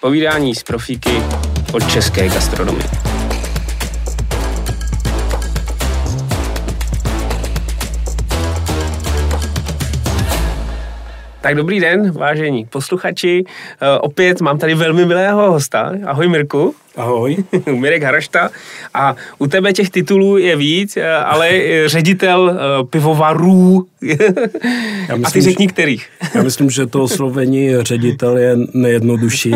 Povídání z profíky od české gastronomie. Tak dobrý den, vážení posluchači. Opět mám tady velmi milého hosta. Ahoj Mirku. Ahoj. Mirek Harašta. A u tebe těch titulů je víc, ale ředitel pivovarů. A ty řekni kterých. Já myslím, že to oslovení ředitel je nejjednodušší,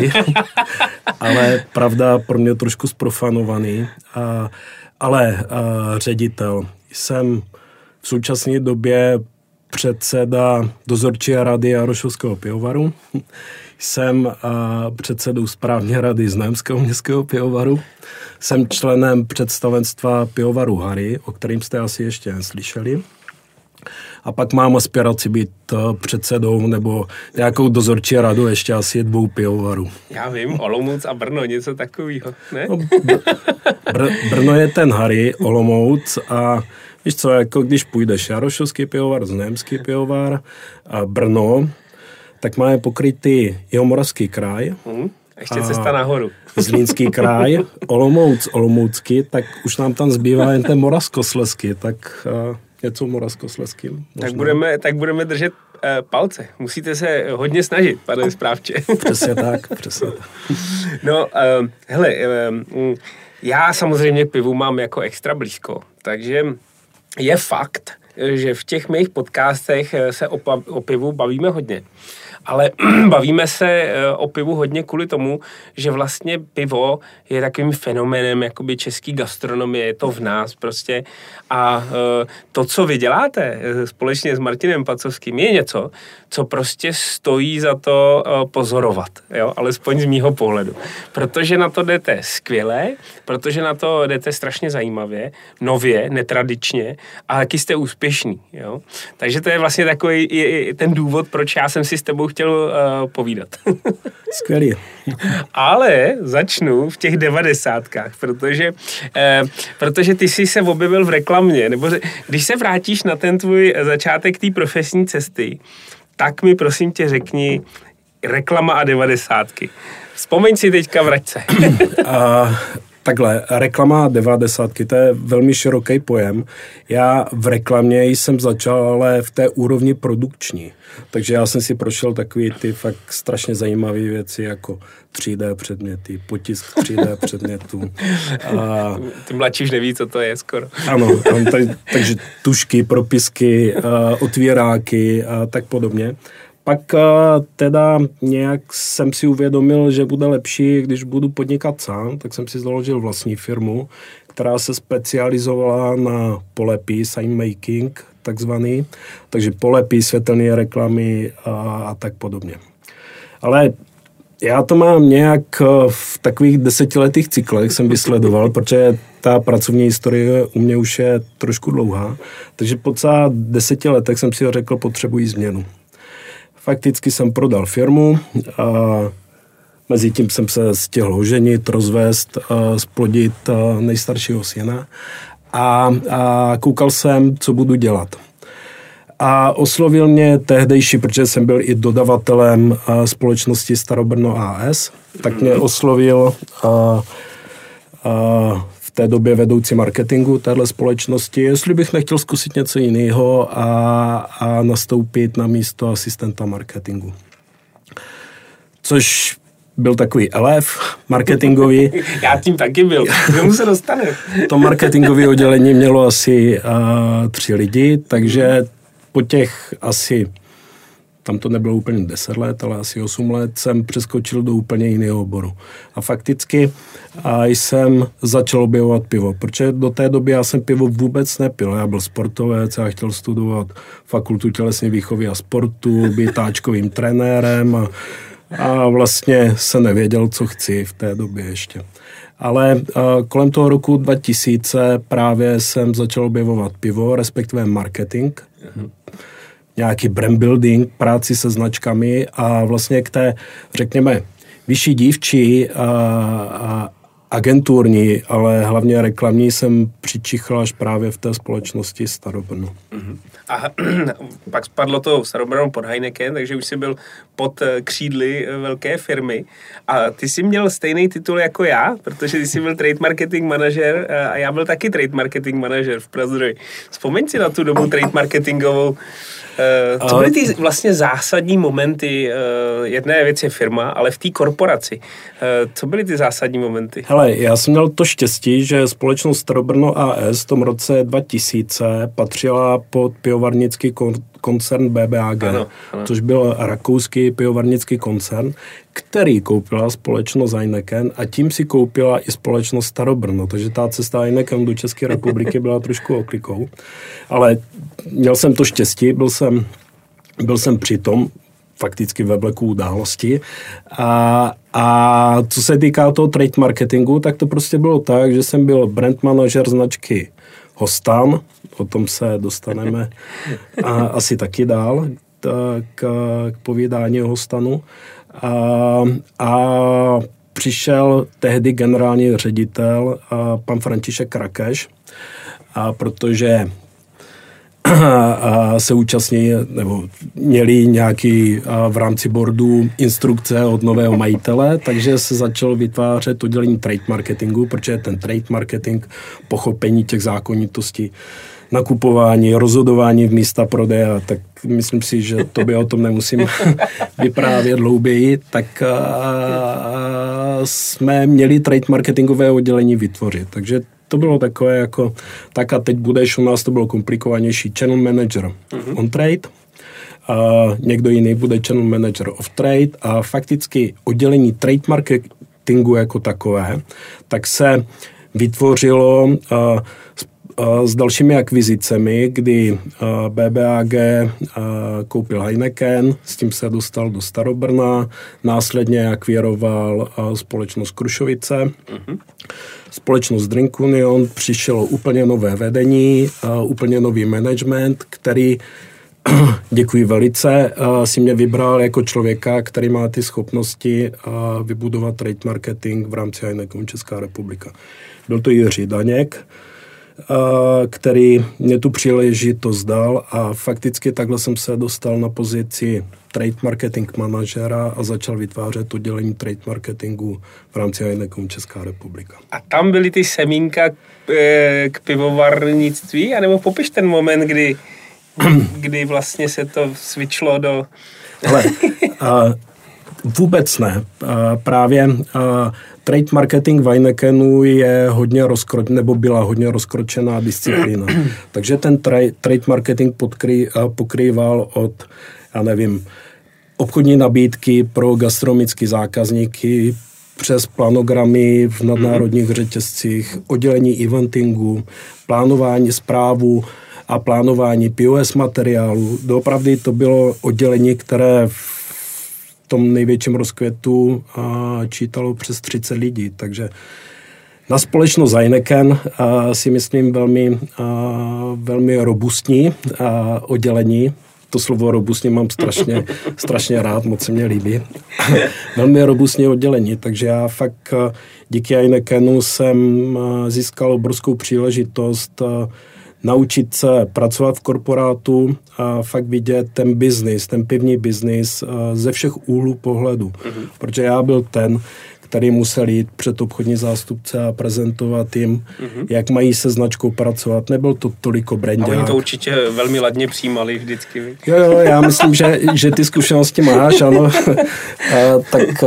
ale pravda pro mě trošku zprofanovaný. Ale ředitel. Jsem v současné době předseda dozorčí rady Jarošovského pivovaru. Jsem předsedou správní rady Znojemského městského pivovaru. Jsem členem představenstva pivovaru Harry, o kterým jste asi ještě neslyšeli. A pak mám aspiraci být předsedou nebo nějakou dozorčí radu ještě asi 2 pivovarů. Já vím, Olomouc a Brno, něco takového, ne? No, Brno je ten Harry, Olomouc a víš co, jako když půjdeš Jarošovský pivovar, Znojemský pivovar a Brno, tak máme pokrytý Jihomoravský kraj. Ještě cesta nahoru. Zlínský kraj, Olomouc, Olomoucký, tak už nám tam zbývá jen ten Moravskoslezský, tak něco Moravskoslezským. Tak budeme držet palce. Musíte se hodně snažit, pane správče. Přesně tak, přesně tak. No, hele, já samozřejmě k pivu mám jako extra blízko, takže je fakt, že v těch mých podcastech se o pivu bavíme hodně. Ale bavíme se o pivu hodně kvůli tomu, že vlastně pivo je takovým fenoménem jakoby český gastronomie, je to v nás prostě. A to, co vy děláte společně s Martinem Pacovským, je něco, co prostě stojí za to pozorovat, jo? Alespoň z mýho pohledu. Protože na to jdete skvěle, protože na to jdete strašně zajímavě, nově, netradičně a taky jste úspěšný, jo? Takže to je vlastně takový ten důvod, proč já jsem si s tebou chtěl povídat. Skvělý. Ale začnu v těch 90kách, protože ty jsi se objevil v reklamě, nebo když se vrátíš na ten tvůj začátek té profesní cesty, tak mi prosím tě řekni reklama a 90ky. Vzpomeň si teďka, vrať se. Takhle, reklama a 90ky, to je velmi široký pojem. Já v reklamě jsem začal, ale v té úrovni produkční. Takže já jsem si prošel takový ty fakt strašně zajímavé věci, jako 3D předměty, potisk 3D předmětů. Ty mladší už neví, co to je skoro. Ano, takže tušky, propisky, otvíráky a tak podobně. Pak teda nějak jsem si uvědomil, že bude lepší, když budu podnikat sám, tak jsem si založil vlastní firmu, která se specializovala na polepy, sign making, takzvaný, takže polepy, světelné reklamy a tak podobně. Ale já to mám nějak v takových 10letých cyklech jsem vysledoval, protože ta pracovní historie u mě už je trošku dlouhá, takže po celá 10 letech jsem si řekl, potřebuji změnu. Fakticky jsem prodal firmu a mezi tím jsem se stihl oženit, rozvést, splodit nejstaršího syna a koukal jsem, co budu dělat. A oslovil mě tehdejší, protože jsem byl i dodavatelem společnosti Starobrno AS, tak mě oslovil v té době vedoucí marketingu téhle společnosti, jestli bych nechtěl zkusit něco jiného a nastoupit na místo asistenta marketingu. Což byl takový elef marketingový. Já tím taky byl. K tomu se dostane. To marketingové oddělení mělo asi 3 lidi, takže po těch asi, tam to nebylo úplně 10 let, ale asi 8 let, jsem přeskočil do úplně jiného oboru. A fakticky jsem začal objevovat pivo, protože do té doby já jsem pivo vůbec nepil. Já byl sportovec, já chtěl studovat fakultu tělesné výchovy a sportu, být táčkovým trenérem a vlastně se nevěděl, co chci v té době ještě. Ale kolem toho roku 2000 právě jsem začal objevovat pivo, respektive marketing, nějaký brand building, práci se značkami a vlastně k té, řekněme, vyšší dívčí agenturní, ale hlavně reklamní jsem přičichl až právě v té společnosti Starobrno. A pak spadlo to Starobrno pod Heineken, takže už jsi byl pod křídly velké firmy. A ty jsi měl stejný titul jako já, protože ty jsi byl trade marketing manažer a já byl taky trade marketing manažer v Prazdroji. Vzpomeň si na tu dobu trade marketingovou. Co byly ty vlastně zásadní momenty? Jedné věc je firma, ale v té korporaci. Co byly ty zásadní momenty? Hele, já jsem měl to štěstí, že společnost Starobrno AS v tom roce 2000 patřila pod pivovarnický koncern BBAG, ano. Což byl rakouský pivovarnický koncern, který koupila společnost Heineken a tím si koupila i společnost Starobrno, takže ta cesta Heineken do České republiky byla trošku oklikou. Ale měl jsem to štěstí, byl jsem přitom fakticky ve vleku události. A co se týká toho trade marketingu, tak to prostě bylo tak, že jsem byl brand manažer značky Hostan, o tom se dostaneme asi taky dál k povídání o Hostanu. A přišel tehdy generální ředitel pan František Krakeš, protože se účastní, nebo měli nějaký v rámci boardu instrukce od nového majitele, takže se začalo vytvářet oddělení trade marketingu, protože ten trade marketing, pochopení těch zákonitostí, nakupování, rozhodování v místa prodeje, tak myslím si, že tobě o tom nemusím vyprávět hlouběji, tak jsme měli trade marketingové oddělení vytvořit, takže to bylo takové jako, tak a teď budeš, u nás to bylo komplikovanější, channel manager on trade, a někdo jiný bude channel manager off trade a fakticky oddělení trade marketingu jako takové, tak se vytvořilo s dalšími akvizicemi, kdy BBAG koupil Heineken, s tím se dostal do Starobrna, následně akvíroval společnost Krušovice, společnost Drink Union, přišlo úplně nové vedení, úplně nový management, který, děkuji velice, si mě vybral jako člověka, který má ty schopnosti vybudovat trade marketing v rámci Heinekenu Česká republika. Byl to Jiří Daněk, který mě tu příležitost dal a fakticky takhle jsem se dostal na pozici trade marketing manažera a začal vytvářet oddělení trade marketingu v rámci Heinekenu Česká republika. A tam byly ty semínka k pivovarnictví, anebo popiš ten moment, kdy vlastně se to switchlo do... Hele, vůbec ne. Právě trade marketing v Heinekenu je hodně nebo byla hodně rozkročená disciplína. Takže ten trade marketing pokrýval od, já nevím, obchodní nabídky pro gastronomické zákazníky přes planogramy v nadnárodních řetězcích, oddělení eventingu, plánování správu a plánování POS materiálu. Doopravdy to bylo oddělení, které v tom největším rozkvětu čítalo přes 30 lidí, takže na společnost Heineken si myslím velmi robustní oddělení. To slovo robustní mám strašně rád, moc se mě líbí. Velmi robustní oddělení, takže já fakt díky Heinekenu jsem získal obrovskou příležitost naučit se pracovat v korporátu a fakt vidět ten biznis, ten pivní biznis ze všech úhlů pohledu. Protože já byl ten, který musel jít před obchodní zástupce a prezentovat jim, jak mají se značkou pracovat. Nebyl to toliko brandák. A oni to určitě velmi ladně přijímali vždycky. Jo, já myslím, že ty zkušenosti máš, ano. Tak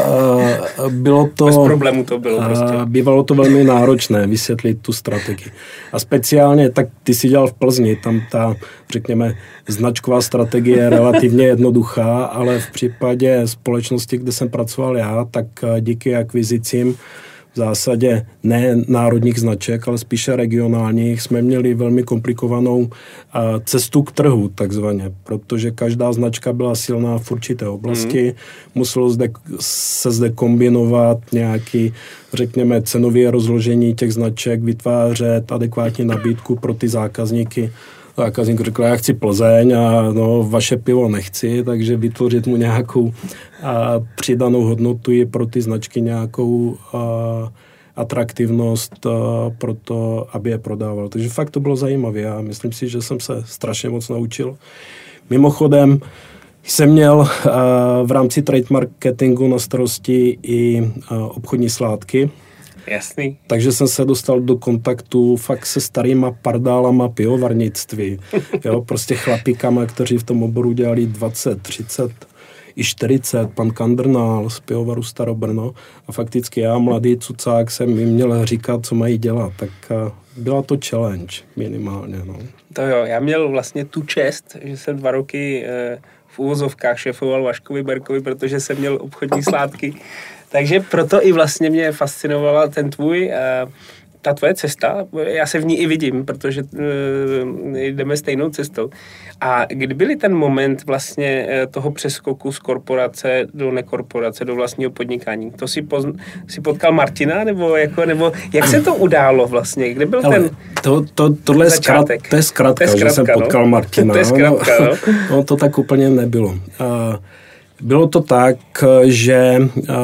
bylo to... Bez problému to bylo prostě. Bývalo to velmi náročné vysvětlit tu strategii. A speciálně, tak ty jsi dělal v Plzni, tam ta, řekněme, značková strategie je relativně jednoduchá, ale v případě společnosti, kde jsem pracoval já, tak díky akvizicím v zásadě ne národních značek, ale spíše regionálních, jsme měli velmi komplikovanou cestu k trhu, takzvaně, protože každá značka byla silná v určité oblasti, muselo se zde kombinovat nějaký, řekněme, cenové rozložení těch značek, vytvářet adekvátní nabídku pro ty zákazníky. Zákazník řekl, já chci Plzeň a vaše pivo nechci, takže vytvořit mu nějakou přidanou hodnotu je pro ty značky nějakou atraktivnost pro to, aby je prodával. Takže fakt to bylo zajímavé a myslím si, že jsem se strašně moc naučil. Mimochodem, jsem měl v rámci trade marketingu na starosti i obchodní sládky. Jasný. Takže jsem se dostal do kontaktu fakt se starýma pardálama pivovarnictví. Jo, prostě chlapíkama, kteří v tom oboru dělali 20, 30 i 40, pan Kandrnál z pivovaru Starobrno. A fakticky já, mladý cucák, jsem jim měl říkat, co mají dělat. Tak byla to challenge minimálně. No. To jo, já měl vlastně tu čest, že jsem 2 roky v uvozovkách šéfoval Vaškovi Berkovi, protože jsem měl obchodní sládky. Takže proto i vlastně mě fascinovala ta tvoje cesta. Já se v ní i vidím, protože jdeme stejnou cestou. A kdy byl ten moment vlastně toho přeskoku z korporace do nekorporace, do vlastního podnikání? To si potkal Martina? Nebo jak se to událo vlastně? Kde byl ten tohle začátek? To je zkratka, že jsem potkal Martina. To je zkratka, no. To tak úplně nebylo. Bylo to tak, že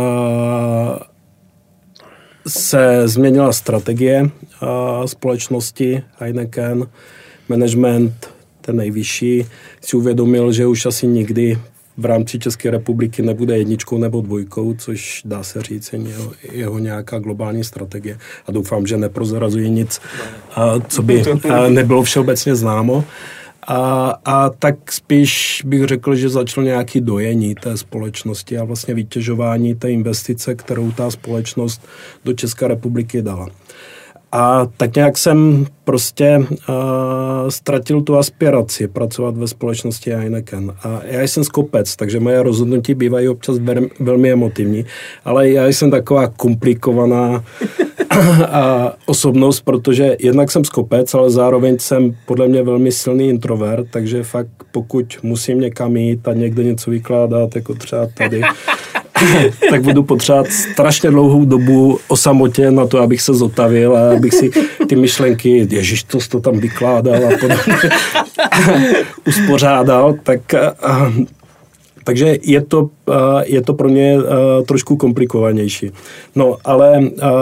se změnila strategie společnosti Heineken. Management, ten nejvyšší, si uvědomil, že už asi nikdy v rámci České republiky nebude 1 nebo 2, což dá se říct jeho nějaká globální strategie. A doufám, že neprozrazuji nic, co by nebylo všeobecně známo. A tak spíš bych řekl, že začalo nějaké dojení té společnosti a vlastně vytěžování té investice, kterou ta společnost do České republiky dala. A tak nějak jsem prostě ztratil tu aspiraci pracovat ve společnosti Heineken. A já jsem z Kopec, takže moje rozhodnutí bývají občas velmi emotivní, ale já jsem taková komplikovaná osobnost, protože jednak jsem z Kopec, ale zároveň jsem podle mě velmi silný introvert, takže fakt pokud musím někam jít a někde něco vykládat, jako třeba tady, tak budu potřebovat strašně dlouhou dobu o samotě na to, abych se zotavil a abych si ty myšlenky, ježiš, to tam vykládal a podobně uspořádal, takže je to pro mě trošku komplikovanější. No, ale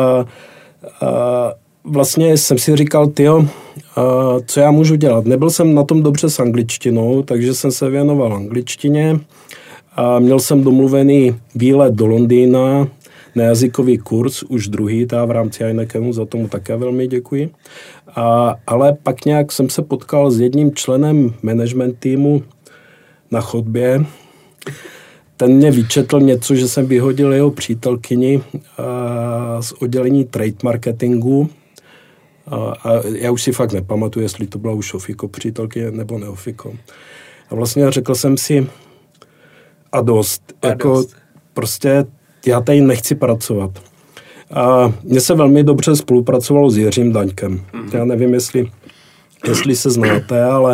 vlastně jsem si říkal, co já můžu dělat. Nebyl jsem na tom dobře s angličtinou, takže jsem se věnoval angličtině. A měl jsem domluvený výlet do Londýna na jazykový kurz, už druhý, v rámci Heinekenu, za tomu také velmi děkuji. Ale pak nějak jsem se potkal s jedním členem management týmu na chodbě. Ten mě vyčetl něco, že jsem vyhodil jeho přítelkyni z oddělení trade marketingu. A já už si fakt nepamatuju, jestli to byla už Ofiko přítelkyně nebo neofiko. A vlastně řekl jsem si, a dost. Prostě já tady nechci pracovat. A mně se velmi dobře spolupracovalo s Jiřím Daňkem. Já nevím, jestli se znáte, ale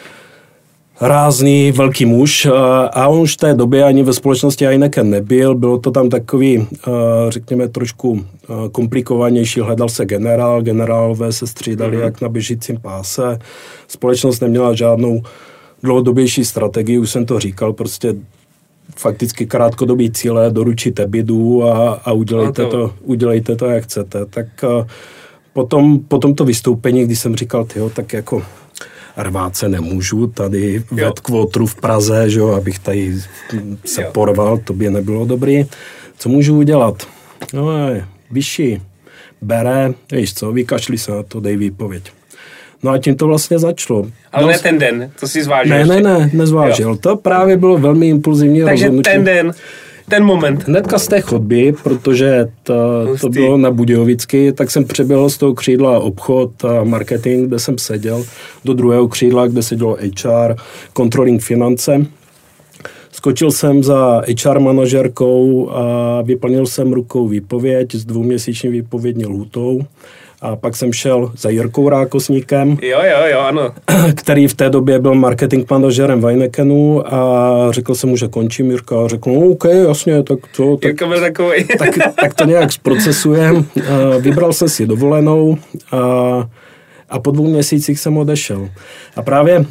rázný velký muž a on už v té době ani ve společnosti Heineken nebyl. Bylo to tam takový, řekněme, trošku komplikovanější. Hledal se generálové se střídali jak na běžícím páse. Společnost neměla žádnou dlouhodobější strategii, už jsem to říkal, prostě fakticky krátkodobý cíle, doručit ebidu a udělejte to, jak chcete. Tak potom to vystoupení, když jsem říkal, tak jako rvát se nemůžu, tady v headquarteru v Praze, že jo, abych tady se porval, to by nebylo dobrý. Co můžu udělat? No, vyšší, bere, víš co, vykašli se na to, dej výpověď. No a tím to vlastně začalo. Ale ne ten den, to si zvážil. Nezvážil. To právě bylo velmi impulzivní rozhodnutí. Takže ten den, ten moment. Hnedka z té chodby, protože to bylo na Budějovicky, tak jsem přeběhl z toho křídla obchod a marketing, kde jsem seděl, do druhého křídla, kde sedělo HR, controlling finance. Skočil jsem za HR manažerkou a vyplnil jsem rukou výpověď s 2měsíční výpovědní lhůtou. A pak jsem šel za Jirkou Rákosníkem, ano. který v té době byl marketing manažerem v Heinekenu a řekl jsem mu, že končím. Jirka řekl, no OK, jasně, tak co? Jirka byl takový. tak to nějak zprocesujem. Vybral jsem si dovolenou a po 2 měsících jsem odešel. A právě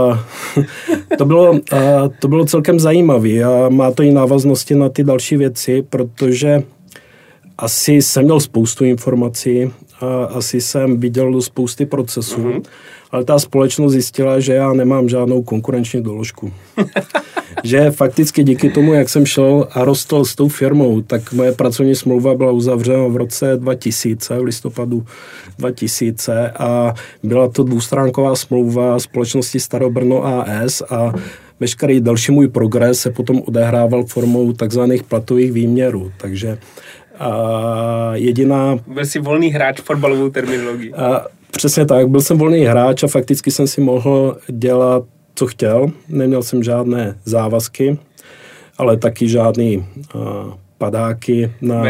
to bylo celkem zajímavé a má to i návaznosti na ty další věci, protože asi jsem měl spoustu informací, a asi jsem viděl do spousty procesů, ale ta společnost zjistila, že já nemám žádnou konkurenční doložku. Že fakticky díky tomu, jak jsem šel a rostl s tou firmou, tak moje pracovní smlouva byla uzavřena v roce 2000, v listopadu 2000 a byla to dvoustránková smlouva společnosti Starobrno AS a veškerý další můj progres se potom odehrával formou takzvaných platových výměrů, takže jediná... Byl jsi volný hráč fotbalovou terminologii. Přesně tak, byl jsem volný hráč a fakticky jsem si mohl dělat, co chtěl. Neměl jsem žádné závazky, ale taky žádný padáky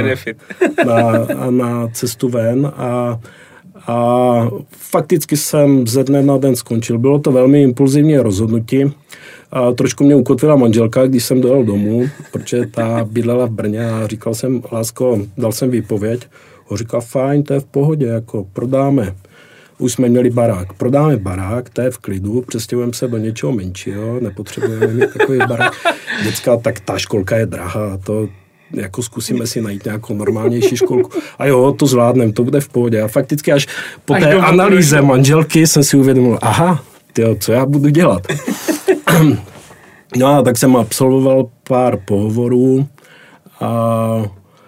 na cestu ven a fakticky jsem ze dne na den skončil. Bylo to velmi impulzivní rozhodnutí. A trošku mě ukotvila manželka, když jsem dojel domů, protože ta bydlela v Brně a říkal jsem, lásko, dal jsem výpověď. On říkal, fajn, to je v pohodě, jako prodáme. Už jsme měli barák. Prodáme barák, to je v klidu, přestěhujeme se do něčeho menšího, nepotřebujeme mít takový barák. Děcka, tak ta školka je drahá, to jako zkusíme si najít nějakou normálnější školku. A jo, to zvládneme, to bude v pohodě. A fakticky až po té analýze manželky jsem si uvědomil, aha, tyjo, co já budu dělat? No a tak jsem absolvoval pár pohovorů a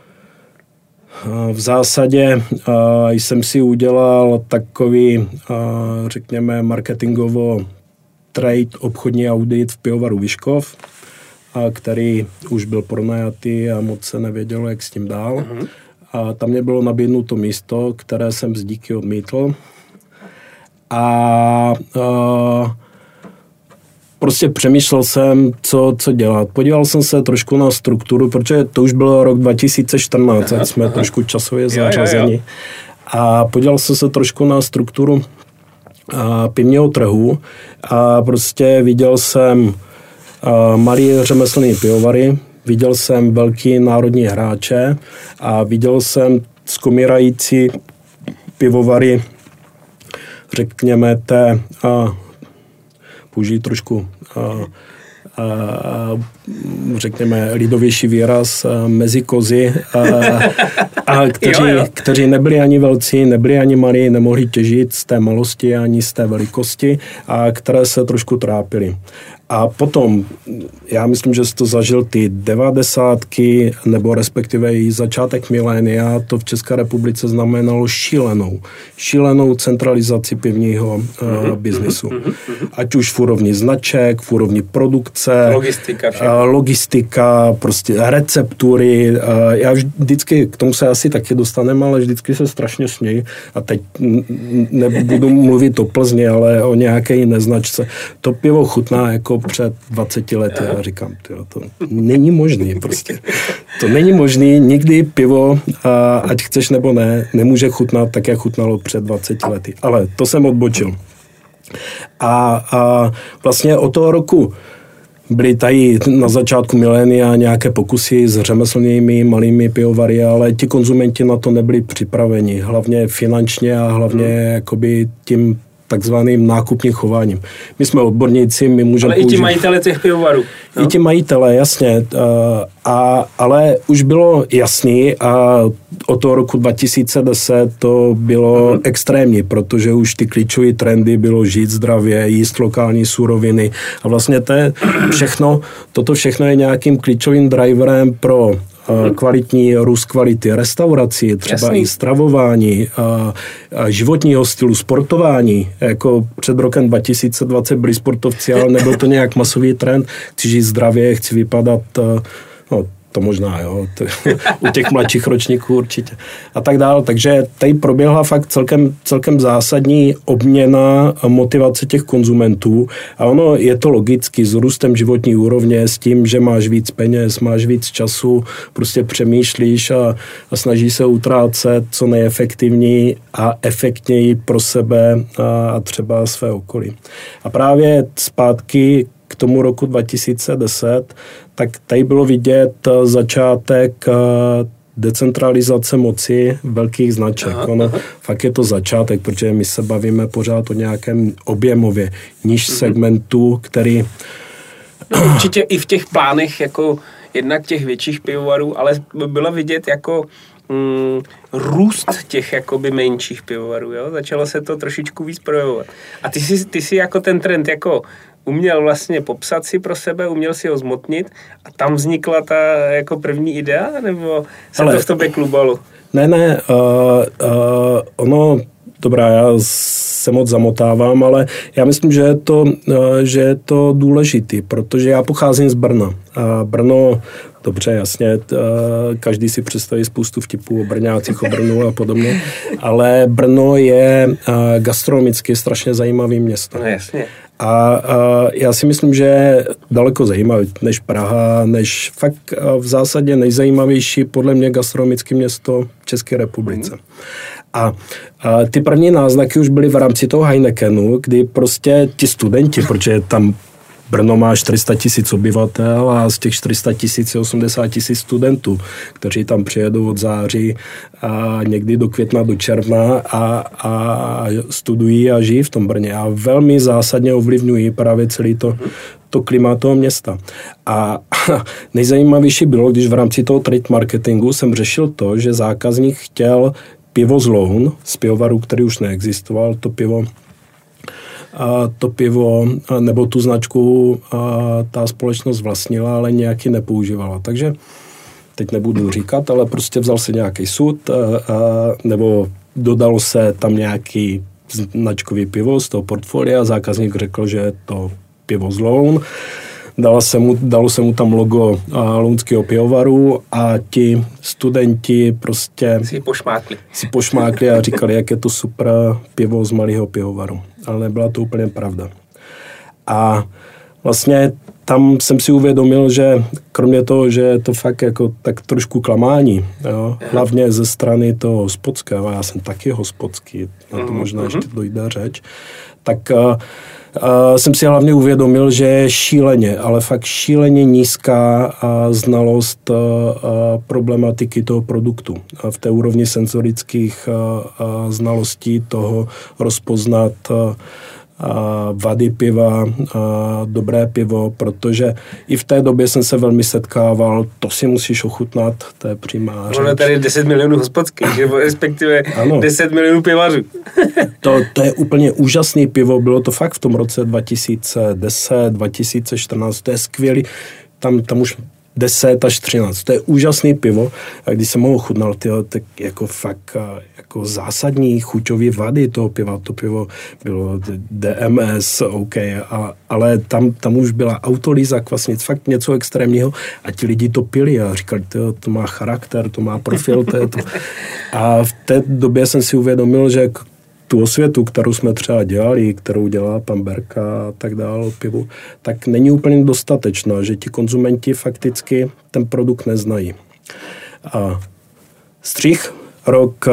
v zásadě jsem si udělal takový, řekněme, marketingovo trade, obchodní audit v pivovaru Vyškov, který už byl pronajatý a moc se nevědělo, jak s tím dál. A tam mě bylo nabídnuto místo, které jsem z díky odmítl. A prostě přemýšlel jsem, co dělat. Podíval jsem se trošku na strukturu, protože to už byl rok 2014, ať jsme trošku časově zařazeni. A podíval jsem se trošku na strukturu pivního trhu a prostě viděl jsem malý řemeslný pivovary, viděl jsem velký národní hráče a viděl jsem skomírající pivovary, řekněme, použijí trošku řekněme lidovější výraz mezi kozy, kteří nebyli ani velcí, nebyli ani malí, nemohli těžit z té malosti ani z té velikosti a které se trošku trápili. A potom, já myslím, že jsi to zažil ty 90, nebo respektive i začátek milénia, to v České republice znamenalo šílenou centralizaci pivního biznisu. Ať už v úrovni značek, v úrovni produkce, logistika, prostě receptury. Já vždycky, k tomu se asi taky dostaneme, ale vždycky se strašně směji. A teď nebudu mluvit o Plzni, ale o nějaké jiné značce. To pivo chutná jako před 20 lety. Já říkám, to není možný prostě. To není možný. Nikdy pivo, ať chceš nebo ne, nemůže chutnat tak, jak chutnalo před 20 lety. Ale to jsem odbočil. A vlastně od toho roku byly tady na začátku milénia nějaké pokusy s řemeslnými malými pivovary, ale ti konzumenti na to nebyli připraveni. Hlavně finančně a hlavně jakoby tím takzvaným nákupním chováním. My jsme odborníci, my můžeme použít... Ale i ti majitele těch pivovarů. No? I ti majitele, jasně. Ale už bylo jasný a od toho roku 2010 to bylo extrémní, protože už ty klíčové trendy bylo žít zdravě, jíst lokální suroviny a vlastně toto všechno je nějakým klíčovým driverem pro kvalitní růst kvality restaurací, třeba i stravování, životního stylu, sportování. Jako před rokem 2020 byli sportovci, ale nebyl to nějak masový trend. Chci žít zdravě, chci vypadat, to možná, jo, u těch mladších ročníků určitě. A tak dále. Takže tady proběhla fakt celkem zásadní obměna motivace těch konzumentů a ono je to logicky s růstem životní úrovně, s tím, že máš víc peněz, máš víc času, prostě přemýšlíš a snaží se utrácet co nejefektivněji a efektněji pro sebe a třeba své okolí. A právě zpátky k tomu roku 2010, tak tady bylo vidět začátek decentralizace moci velkých značek. Fakt je to začátek, protože my se bavíme pořád o nějakém objemově níž segmentu, který... Určitě i v těch plánech jako jednak těch větších pivovarů, ale bylo vidět jako růst těch jakoby menších pivovarů, jo? Začalo se to trošičku víc projevovat. A ty si jako ten trend jako uměl vlastně popsat si pro sebe, uměl si ho zmotnit a tam vznikla ta jako první idea, nebo se to v tobě klubalo? Ne, ono, dobrá, já se moc zamotávám, ale já myslím, že je to důležitý, protože já pocházím z Brna. A Brno, dobře, jasně, každý si představí spoustu vtipů o Brňácích, o Brnu a podobně, ale Brno je gastronomicky strašně zajímavý město. No jasně. A já si myslím, že je daleko zajímavý než Praha, než fakt v zásadě nejzajímavější podle mě gastronomické město v České republice. A ty první náznaky už byly v rámci toho Heinekenu, kdy prostě ti studenti, protože tam Brno má 400 000 obyvatel a z těch 400 000 je 80 000 studentů, kteří tam přijedou od září a někdy do května, do června a studují a žijí v tom Brně a velmi zásadně ovlivňují právě celý to klima toho města. A nejzajímavější bylo, když v rámci toho trade marketingu jsem řešil to, že zákazník chtěl pivo z Loun, z pivovaru, který už neexistoval, to pivo nebo tu značku ta společnost vlastnila, ale nějaký nepoužívala. Takže teď nebudu říkat, ale prostě vzal se nějaký sud nebo dodalo se tam nějaký značkový pivo z toho portfolia, zákazník řekl, že je to pivo z Loun. Dalo se mu tam logo lounského pivovaru a ti studenti prostě si pošmákli a říkali, jak je to super pivo z malého pivovaru. Ale nebyla to úplně pravda. A vlastně tam jsem si uvědomil, že kromě toho, že je to fakt jako tak trošku klamání, jo, hlavně ze strany toho hospodského, já jsem taky hospodský, na to možná ještě dojde řeč, tak jsem si hlavně uvědomil, že je šíleně, ale fakt šíleně nízká znalost problematiky toho produktu. V té úrovni senzorických znalostí toho rozpoznat vady piva, dobré pivo, protože i v té době jsem se velmi setkával, to si musíš ochutnat, to je přímá řeč. Ono tady 10 milionů hospodských, respektive ano. 10 milionů pivařů. To je úplně úžasný pivo, bylo to fakt v tom roce 2010, 2014, to je skvělý, tam už 10 až 13. To je úžasný pivo a když jsem ho ochutnal, tak jako fakt jako zásadní chuťové vady toho piva. To pivo bylo DMS, OK, ale tam už byla autolýza kvasnic, fakt něco extrémního a ti lidi to pili a říkali, to má charakter, to má profil. To. A v té době jsem si uvědomil, že tu osvětu, kterou jsme třeba dělali, kterou dělá pan Berka a tak dále o pivu, tak není úplně dostatečná, že ti konzumenti fakticky ten produkt neznají. A střih, rok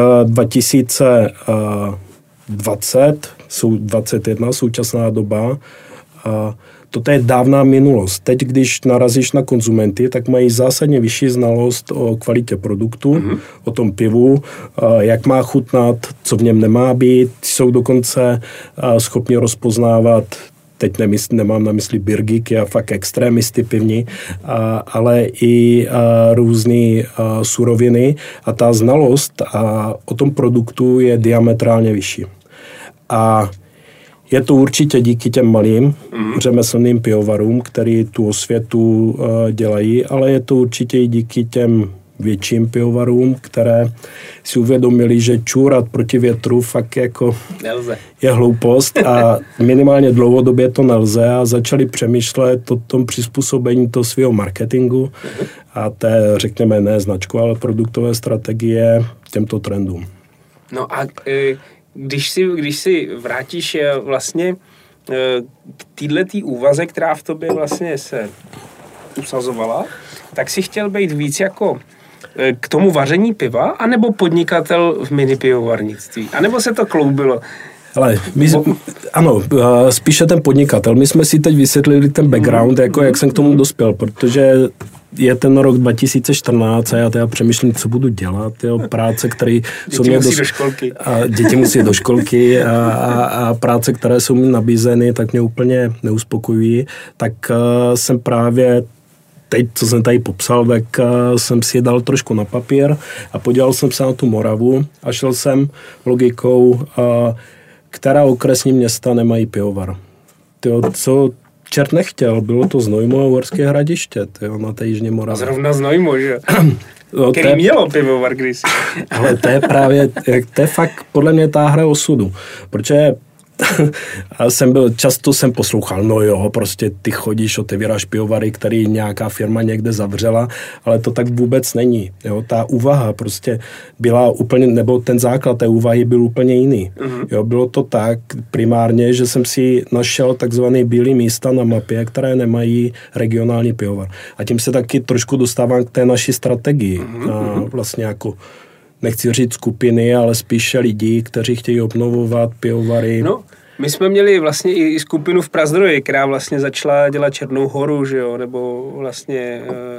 2020, 21, současná doba, toto je dávná minulost. Teď, když narazíš na konzumenty, tak mají zásadně vyšší znalost o kvalitě produktu, o tom pivu, jak má chutnat, co v něm nemá být. Jsou dokonce schopni rozpoznávat, teď nemám na mysli birgíky a fakt extrémisty pivní, ale i různé suroviny. A ta znalost o tom produktu je diametrálně vyšší. A je to určitě díky těm malým řemeslným pivovarům, který tu osvětu dělají, ale je to určitě i díky těm větším pivovarům, které si uvědomili, že čůrat proti větru fakt jako je hloupost a minimálně dlouhodobě to nelze a začali přemýšlet o tom přizpůsobení toho svého marketingu a té, řekněme, ne značku, ale produktové strategie těmto trendům. No a když si vrátíš vlastně k této úvaze, která v tobě vlastně se usazovala, tak si chtěl být víc jako k tomu vaření piva, anebo podnikatel v mini pivovarnictví? A nebo se to kloubilo? Ale ano, spíše ten podnikatel. My jsme si teď vysvětlili ten background, jako jak jsem k tomu dospěl, protože je ten rok 2014 a já teda přemýšlím, co budu dělat, práce, které jsou mě do školky. Děti musí do školky a práce, které jsou mi nabízeny, tak mě úplně neuspokojují, tak jsem právě teď, co jsem tady popsal, tak jsem si je dal trošku na papír a podíval jsem se na tu Moravu a šel jsem logikou, která okresní města nemají pivovar. Co čert nechtěl, bylo to Znojmo a Uherské Hradiště, na té jižní Moravě. Zrovna Znojmo, že? Který mělo pivovar kdysi. Ale to je právě, to je fakt podle mě ta hra osudu, protože často jsem poslouchal, no jo, prostě ty chodíš, otevíráš pivovary, který nějaká firma někde zavřela, ale to tak vůbec není. Jo, ta úvaha prostě byla úplně, nebo ten základ té úvahy byl úplně jiný. Jo, bylo to tak primárně, že jsem si našel takzvaný bílý místa na mapě, které nemají regionální pivovar. A tím se taky trošku dostávám k té naší strategii. A vlastně jako nechci říct skupiny, ale spíše lidí, kteří chtějí obnovovat pivovary. No, my jsme měli vlastně i skupinu v Prazdroji, která vlastně začala dělat Černou horu, že jo, nebo vlastně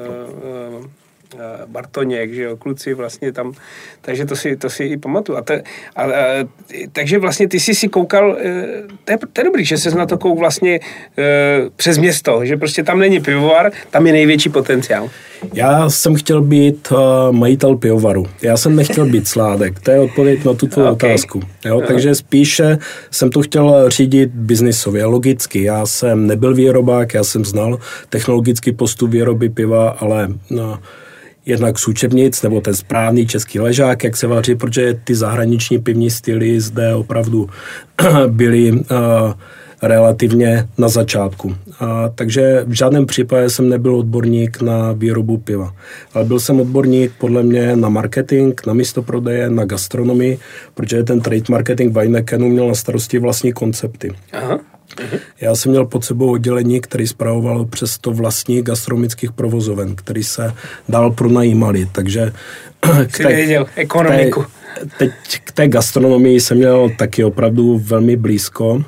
Bartoněk, že jo, kluci vlastně tam, takže to si i pamatuju. Takže vlastně ty jsi si koukal, to je dobrý, že jsi na to koukal vlastně přes město, že prostě tam není pivovar, tam je největší potenciál. Já jsem chtěl být majitel pivovaru. Já jsem nechtěl být sládek. To je odpověď na tu tvou otázku. Jo? Takže spíše jsem to chtěl řídit biznisově, logicky. Já jsem nebyl výrobák, já jsem znal technologický postup výroby piva, ale jednak z učebnic, nebo ten správný český ležák, jak se vaří, protože ty zahraniční pivní styly zde opravdu byly relativně na začátku. Takže v žádném případě jsem nebyl odborník na výrobu piva. Ale byl jsem odborník podle mě na marketing, na místoprodeje, na gastronomii, protože ten trade marketing Weinekenu měl na starosti vlastní koncepty. Aha. Já jsem měl pod sebou oddělení, který spravovalo přes 100 vlastních gastronomických provozoven, který se dál pronajímali, takže ekonomiku. Teď k té gastronomii jsem měl taky opravdu velmi blízko,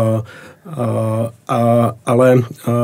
ale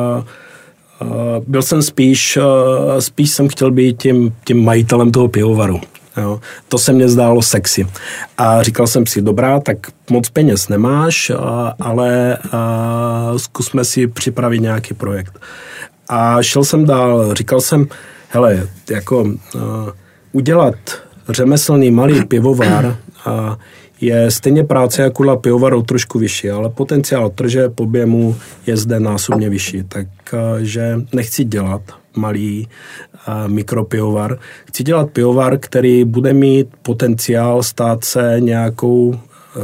byl jsem spíš jsem chtěl být tím majitelem toho pivovaru. Jo. To se mně zdálo sexy. A říkal jsem si, dobrá, tak moc peněz nemáš, ale zkusme si připravit nějaký projekt. A šel jsem dál, říkal jsem, hele, jako udělat řemeslný malý pivovar je stejně práce jako na pivovaru trošku vyšší, ale potenciál tržeb objemu je zde násobně vyšší. Takže nechci dělat malý mikropivovar. Chci dělat pivovar, který bude mít potenciál stát se nějakou,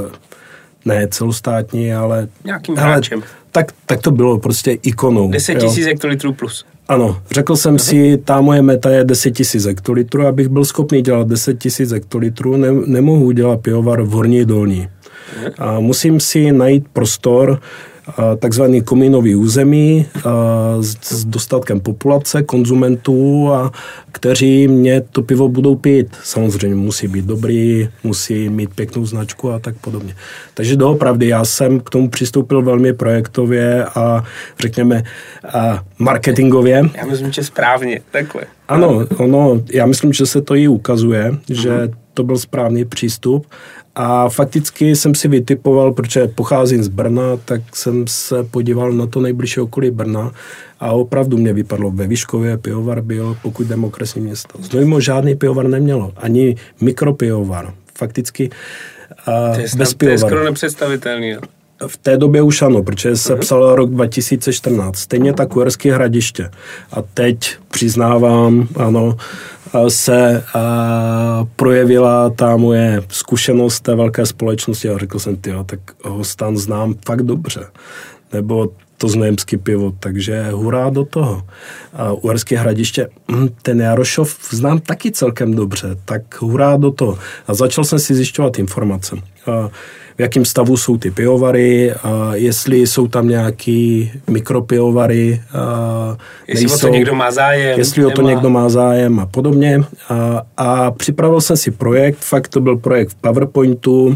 ne celostátní, ale nějakým hráčem. Tak to bylo prostě ikonou. 10 000 hektolitrů plus. Ano, řekl jsem si, ta moje meta je 10 000 hektolitrů, abych byl schopný dělat 10 000 hektolitrů, nemohu dělat pivovar v Horní Dolní. A musím si najít prostor, takzvaný komínový území s dostatkem populace, konzumentů, kteří mě to pivo budou pít. Samozřejmě musí být dobrý, musí mít pěknou značku a tak podobně. Takže doopravdy já jsem k tomu přistoupil velmi projektově a řekněme marketingově. Já myslím, že správně, takhle. Ano, já myslím, že se to i ukazuje, že to byl správný přístup. A fakticky jsem si vytipoval, protože pocházím z Brna, tak jsem se podíval na to nejbližší okolí Brna a opravdu mě vypadlo ve Vyškově pivovar byl, pokud jdem okresní město. Znojmo žádný pivovar nemělo, ani mikropivovar. Fakticky bez pivovaru. To je skoro nepředstavitelný. V té době už ano, protože se psal rok 2014. Stejně tak Uherské Hradiště. A teď přiznávám, ano, se projevila ta moje zkušenost té velké společnosti a řekl jsem, tak Hostan znám fakt dobře. Nebo to znojemské pivo, takže hurá do toho. A Uherské Hradiště, ten Jarošov znám taky celkem dobře, tak hurá do toho. A začal jsem si zjišťovat informace. V jakém stavu jsou ty pivovary, jestli jsou tam nějaký mikropivovary, jestli o to někdo má zájem. Jestli o to někdo má zájem a podobně. A připravil jsem si projekt, fakt to byl projekt v PowerPointu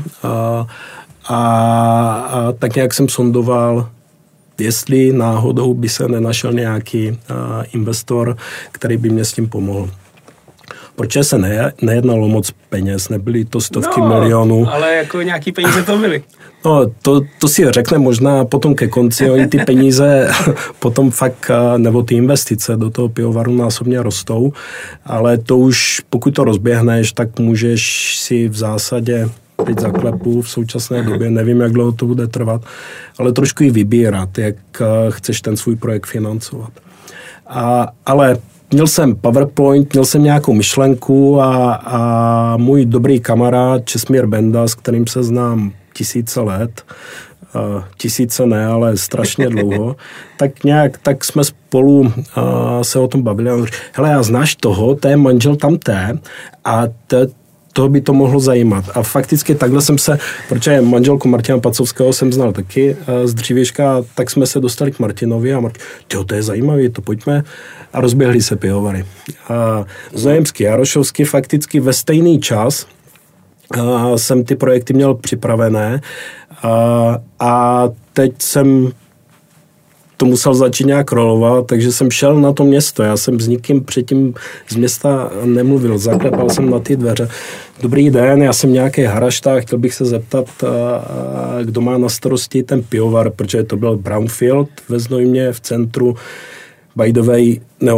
a tak nějak jsem sondoval, jestli náhodou by se nenašel nějaký investor, který by mě s tím pomohl. Protože se nejednalo moc peněz, nebyly to stovky milionů. Ale jako nějaký peníze to byly. No, to si řekne možná potom ke konci, oni ty peníze potom fakt, nebo ty investice do toho pivovaru násobně rostou, ale to už, pokud to rozběhneš, tak můžeš si v zásadě, teď zaklepu v současné době, nevím, jak dlouho to bude trvat, ale trošku i vybírat, jak chceš ten svůj projekt financovat. Ale měl jsem PowerPoint, měl jsem nějakou myšlenku a můj dobrý kamarád Česmír Benda, s kterým se znám tisíce let, tisíce ne, ale strašně dlouho, tak jsme spolu se o tom bavili. A on říkal, hele, a znáš toho, to je manžel tamté a toho by to mohlo zajímat. A fakticky takhle jsem se, protože manželku Martina Pacovského jsem znal taky z dřívějška, tak jsme se dostali k Martinovi a Martin, to je zajímavý, to pojďme. A rozběhly se pivovary. Znojemský, Jarošovský fakticky ve stejný čas jsem ty projekty měl připravené a teď jsem to musel začít nějak rolovat, takže jsem šel na to město. Já jsem s nikým předtím z města nemluvil. Zaklepal jsem na ty dveře. Dobrý den, já jsem nějaký harašták, chtěl bych se zeptat, kdo má na starosti ten pivovar, protože to byl brownfield ve Znojmě v centru. By the way,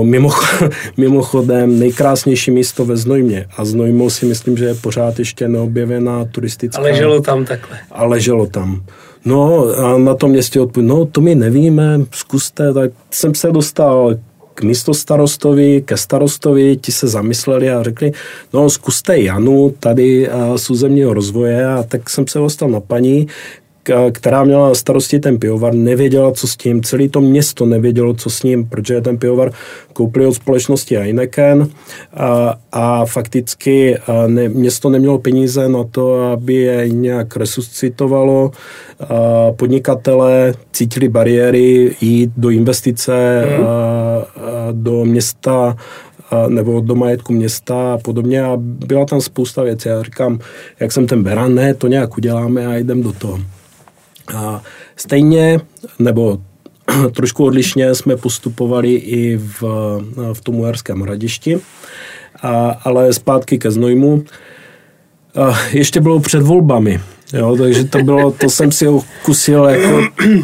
mimochodem nejkrásnější místo ve Znojmě. A Znojmo si myslím, že je pořád ještě neobjevená turistická. A leželo tam takhle. A leželo tam. No a na tom městě to my nevíme, zkuste. Tak jsem se dostal k místostarostovi, ke starostovi, ti se zamysleli a řekli, no zkuste Janu tady z územního rozvoje, a tak jsem se dostal na paní, která měla na starosti ten pivovar, nevěděla, co s tím. Celé to město nevědělo, co s ním, protože ten pivovar koupili od společnosti Heineken a fakticky město nemělo peníze na to, aby je nějak resuscitovalo. Podnikatelé cítili bariéry jít do investice do města nebo do majetku města a podobně, a byla tam spousta věcí. Já říkám, jak jsem ten beran, ne, to nějak uděláme a jdem do toho. A stejně, nebo trošku odlišně jsme postupovali i v tom Uherském Hradišti, ale zpátky ke Znojmu. Ještě bylo před volbami, jo, takže to jsem si okusil jako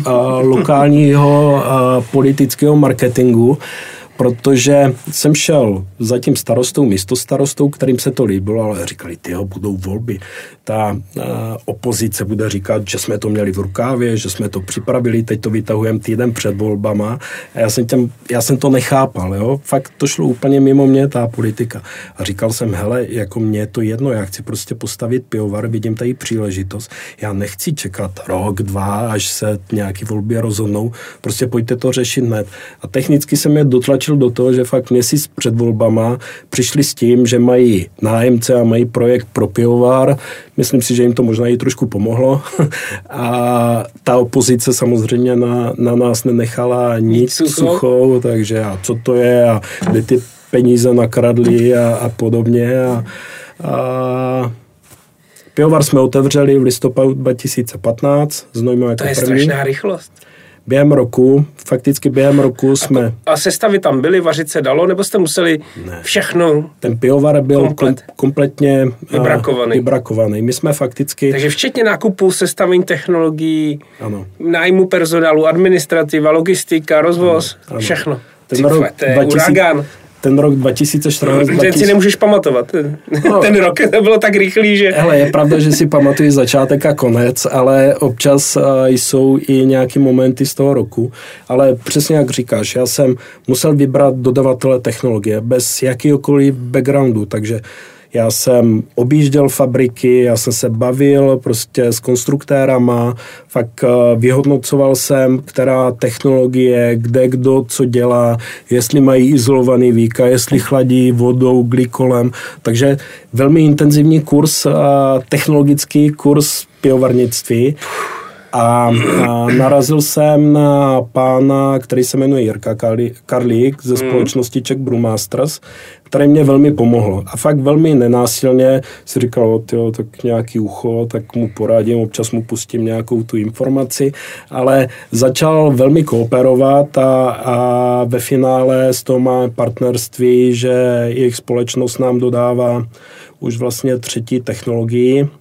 lokálního politického marketingu, protože jsem šel za tím starostou, místostarostou, kterým se to líbilo, ale říkali, budou volby. Ta opozice bude říkat, že jsme to měli v rukávě, že jsme to připravili, teď to vytahujeme týden před volbama. A já jsem to nechápal, jo. Fakt to šlo úplně mimo mě, ta politika. A říkal jsem, hele, jako mně je to jedno, já chci prostě postavit pivovar, vidím tady příležitost. Já nechci čekat rok, 2, až se nějaký volby rozhodnou. Prostě pojďte to řešit hned. A technicky jsem je dotlačil do toho, že fakt měsíc před volbama přišli s tím, že mají nájemce a mají projekt pro pivovar. Myslím si, že jim to možná i trošku pomohlo. A ta opozice samozřejmě na nás nenechala nic suchou, takže a co to je a kde ty peníze nakradli a podobně. A pivovar jsme otevřeli v listopadu 2015. Znojmo jako to je první. Strašná rychlost. Během roku jsme... A sestavy tam byly, vařit se dalo, nebo jste museli všechno... Ten pivovar byl kompletně vybrakovaný. My jsme fakticky... Takže včetně nákupu, sestavení technologií, ano. nájmu personálu, administrativa, logistika, rozvoz, ano. Všechno. To je uragán. Ten rok 2014... Teď si nemůžeš pamatovat. Ten rok to bylo tak rychlý, že... Hele, je pravda, že si pamatuji začátek a konec, ale občas jsou i nějaké momenty z toho roku. Ale přesně jak říkáš, já jsem musel vybrat dodavatele technologie bez jakýhokoliv backgroundu, takže já jsem objížděl fabriky, já jsem se bavil prostě s konstruktérama, fakt vyhodnocoval jsem, která technologie, kde kdo co dělá, jestli mají izolovaný víka, jestli chladí vodou, glykolem. Takže velmi intenzivní kurz, technologický kurz pivovarnictví. A narazil jsem na pána, který se jmenuje Jirka Karlík ze společnosti Czech Brewmasters, který mě velmi pomohlo. A fakt velmi nenásilně si říkal, tak nějaký ucho, tak mu poradím, občas mu pustím nějakou tu informaci, ale začal velmi kooperovat a ve finále z toho máme partnerství, že jejich společnost nám dodává už vlastně 3. technologii.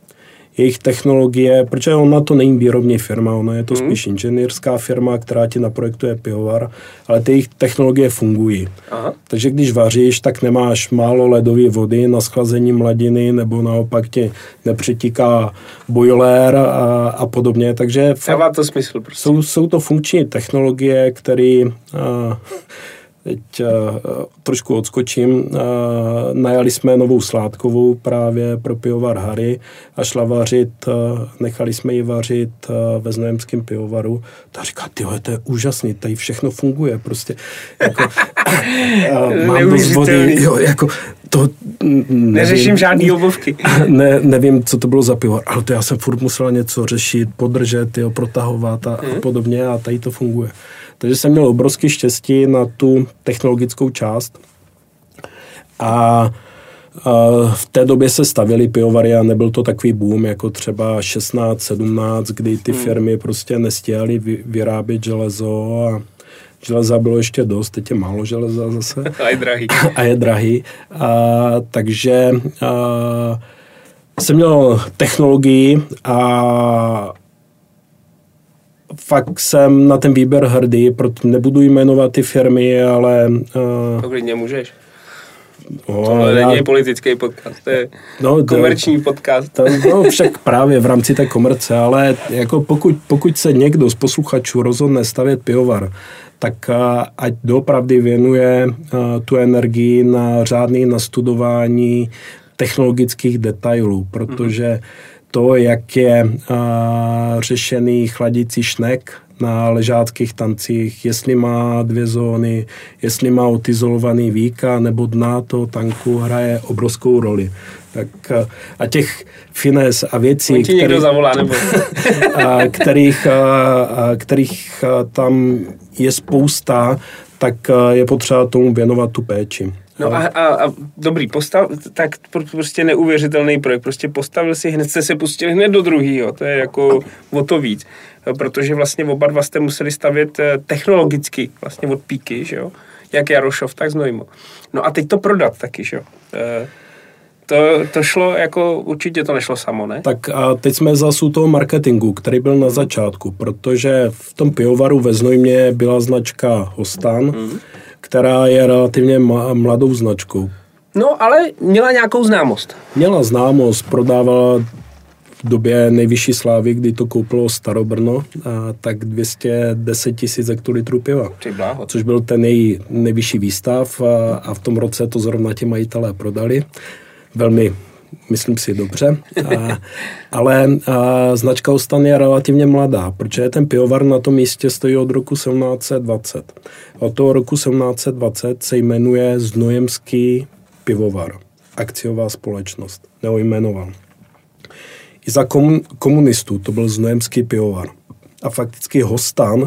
jejich technologie, protože ona to není výrobní firma, ona je to spíš inženýrská firma, která ti naprojektuje pivovar, ale ty jejich technologie fungují. Aha. Takže když vaříš, tak nemáš málo ledové vody na schlazení mladiny, nebo naopak ti nepřetíká boiler a podobně. Takže dává to smysl. Prostě. Jsou to funkční technologie, které... Teď trošku odskočím. Najali jsme novou sládkovou právě pro pivovar Harry a šla vařit, nechali jsme ji vařit ve znojemském pivovaru. Ta říká, tyhle, to je úžasný, tady všechno funguje, prostě. Jako, mám dost vody, jo, jako to... Neřeším žádný obovky. Nevím, co to bylo za pivovar, ale to já jsem furt musela něco řešit, podržet, jo, protahovat a podobně a tady to funguje. Takže jsem měl obrovské štěstí na tu technologickou část a v té době se stavěly pivovary a nebyl to takový boom, jako třeba 16, 17, kdy ty firmy prostě nestíhaly vyrábět železo a železa bylo ještě dost, teď je málo železa zase. A je drahý. A je drahý. Takže jsem měl technologii a fakt jsem na ten výběr hrdý, proto nebudu jmenovat ty firmy, ale... To klidně můžeš. Tohle není politický podcast, to je komerční podcast. Však právě v rámci té komerce, ale jako pokud se někdo z posluchačů rozhodne stavět pivovar, tak ať doopravdy věnuje tu energii na řádné nastudování technologických detailů, protože to, jak je řešený chladící šnek na ležáckých tancích, jestli má 2 zóny, jestli má odizolovaný víka nebo dna toho tanku, hraje obrovskou roli. Tak a těch fines a věcí, kterých tam je spousta, tak je potřeba tomu věnovat tu péči. No a dobrý, tak prostě neuvěřitelný projekt, prostě postavil si, hned jste se pustili hned do druhýho, to je jako o to víc, protože vlastně oba dva jste museli stavět technologicky, vlastně od píky, že jo, jak Jarošov, tak Znojmo. No a teď to prodat taky, že jo. To šlo jako, určitě to nešlo samo, ne? Tak a teď jsme zase u toho marketingu, který byl na začátku, protože v tom pivovaru ve Znojmě byla značka Hostan, která je relativně mladou značkou. No, ale měla nějakou známost. Měla známost, prodávala v době nejvyšší slávy, kdy to koupilo Starobrno, tak 210 000 hektolitrů piva. Což byl ten nejvyšší výstav a v tom roce to zrovna ti majitelé prodali. Velmi, myslím si, dobře. Ale značka Hostan je relativně mladá, protože ten pivovar na tom místě stojí od roku 1720. Od toho roku 1720 se jmenuje Znojemský pivovar. Akciová společnost. Neojmenoval. I za komunistů to byl Znojemský pivovar. A fakticky Hostan,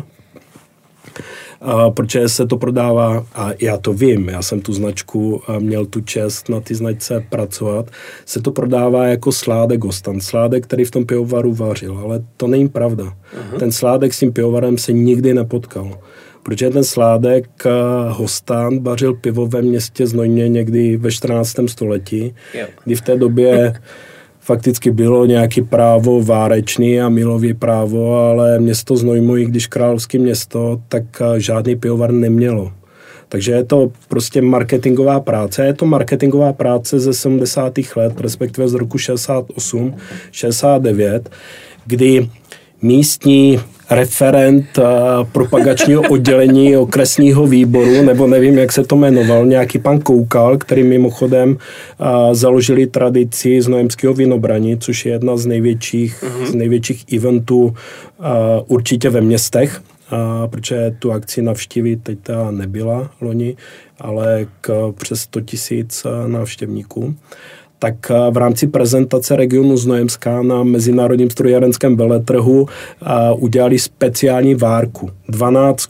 protože se to prodává, a já to vím, já jsem tu značku měl tu čest na ty značce pracovat, se to prodává jako sládek Hostan. Sládek, který v tom pivovaru vařil, ale to není pravda. Aha. Ten sládek s tím pivovarem se nikdy nepotkal. Protože ten sládek Hostan vařil pivo ve městě Znojmě někdy ve 14. století, kdy v té době fakticky bylo nějaké právo várečný a milový právo, ale město Znojmo, i když královské město, tak žádný pivovar nemělo. Takže je to prostě marketingová práce. Je to marketingová práce ze 70. let, respektive z roku 68, 69, kdy místní referent propagačního oddělení okresního výboru, nebo nevím, jak se to jmenoval, nějaký pan Koukal, který mimochodem založili tradici znojemského vinobraní, což je jedna z největších eventů určitě ve městech, protože tu akci navštívit teď ta nebyla loni, ale přes 100 000 návštěvníků. Tak v rámci prezentace regionu Znojemská na Mezinárodním strojárenském veletrhu udělali speciální várku, 12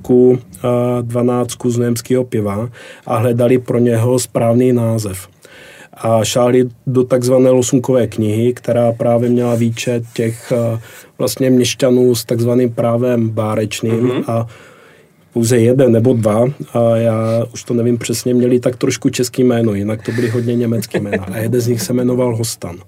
znojemského piva a hledali pro něho správný název. A šáhli do takzvané losunkové knihy, která právě měla výčet těch vlastně měšťanů s takzvaným právem bárečným a pouze 1 nebo 2, a já už to nevím přesně, měli tak trošku český jméno, jinak to byly hodně německý jména. A jeden z nich se jmenoval Hostan.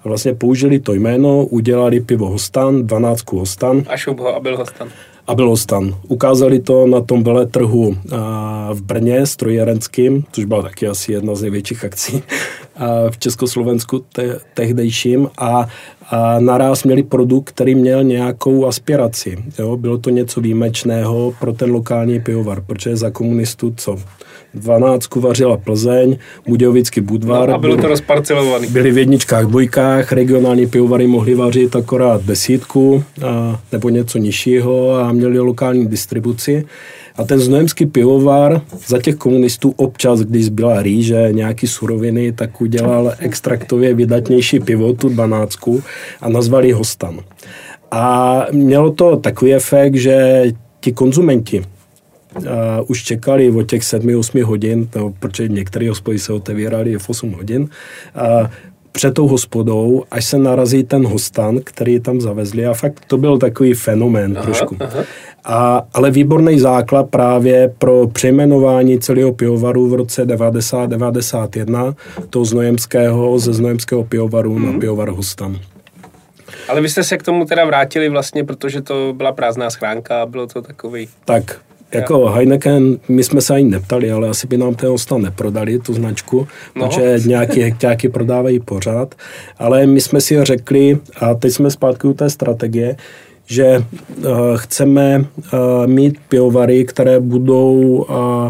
A vlastně použili to jméno, udělali pivo Hostan, 12 Hostan. A šup ho a byl Hostan. A byl Hostan. Ukázali to na tom veletrhu v Brně, strojírenským, což byla taky asi jedna z největších akcí v Československu tehdejším. A naraz měli produkt, který měl nějakou aspiraci. Jo? Bylo to něco výjimečného pro ten lokální pivovar, protože za komunistů co? 12 vařila Plzeň, Budějovický Budvar. No a bylo to rozparcelovaný. Byli v jedničkách, dvojkách, regionální pivovary mohli vařit akorát 10 nebo něco nižšího a měli lokální distribuci. A ten znojemský pivovar za těch komunistů občas, když byla rýže, nějaký suroviny, tak udělal extraktově vydatnější pivo, tu 12, a nazvali Hostan. A mělo to takový efekt, že ti konzumenti už čekali od těch 7-8 hodin, protože některé hospody se otevíraly v 8 hodin, před tou hospodou, až se narazí ten Hostan, který tam zavezli, a fakt to byl takový fenomén trošku. Ale výborný základ právě pro přejmenování celého pivovaru v roce 90-91 toho ze znojemského pivovaru na pivovar Hostan. Ale vy jste se k tomu teda vrátili vlastně, protože to byla prázdná schránka a bylo to takový... Tak, jako Heineken, my jsme se ani neptali, ale asi by nám ten Hostan neprodali, tu značku, protože nějaký hekťáky prodávají pořád. Ale my jsme si řekli, a teď jsme zpátky u té strategie, že chceme mít pivovary, které budou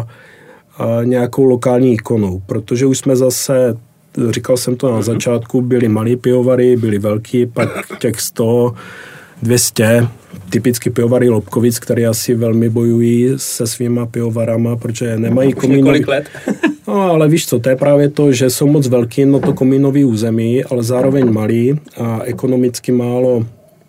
nějakou lokální ikonou, protože už jsme zase, říkal jsem to na začátku, byly malý pivovary, byly velký, pak těch 100, 200, typicky pivovary Lobkovic, které asi velmi bojují se svýma pivovarama, protože nemají komínový... Několik let. No, ale víš co, to je právě to, že jsou moc velký na to komínový území, ale zároveň malý a ekonomicky málo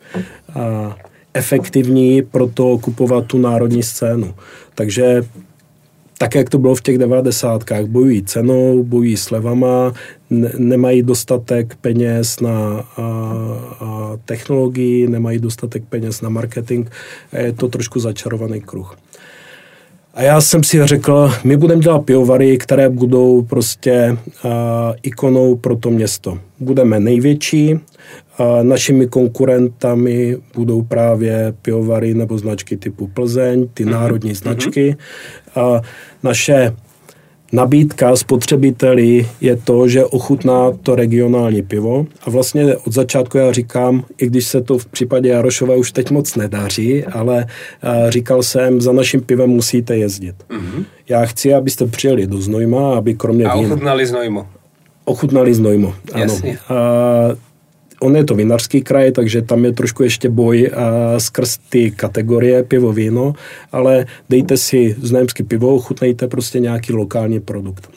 efektivní pro to kupovat tu národní scénu. Takže tak, jak to bylo v těch 90kách, bojují cenou, bojují slevama, nemají dostatek peněz na technologii, nemají dostatek peněz na marketing. Je to trošku začarovaný kruh. A já jsem si řekl, my budeme dělat pivovary, které budou prostě ikonou pro to město. Budeme největší, našimi konkurentami budou právě pivovary nebo značky typu Plzeň, ty národní značky. Naše nabídka spotřebiteli je to, že ochutná to regionální pivo. A vlastně od začátku já říkám, i když se to v případě Jarošova už teď moc nedaří, ale říkal jsem, za naším pivem musíte jezdit. Já chci, abyste přijeli do Znojma, aby kromě vína... ochutnali Znojmo. Ochutnali Znojmo, ano. Jasně. On je to vinařský kraj, takže tam je trošku ještě boj skrz ty kategorie pivo, víno, ale dejte si znojemské pivo, ochutnejte prostě nějaký lokální produkt.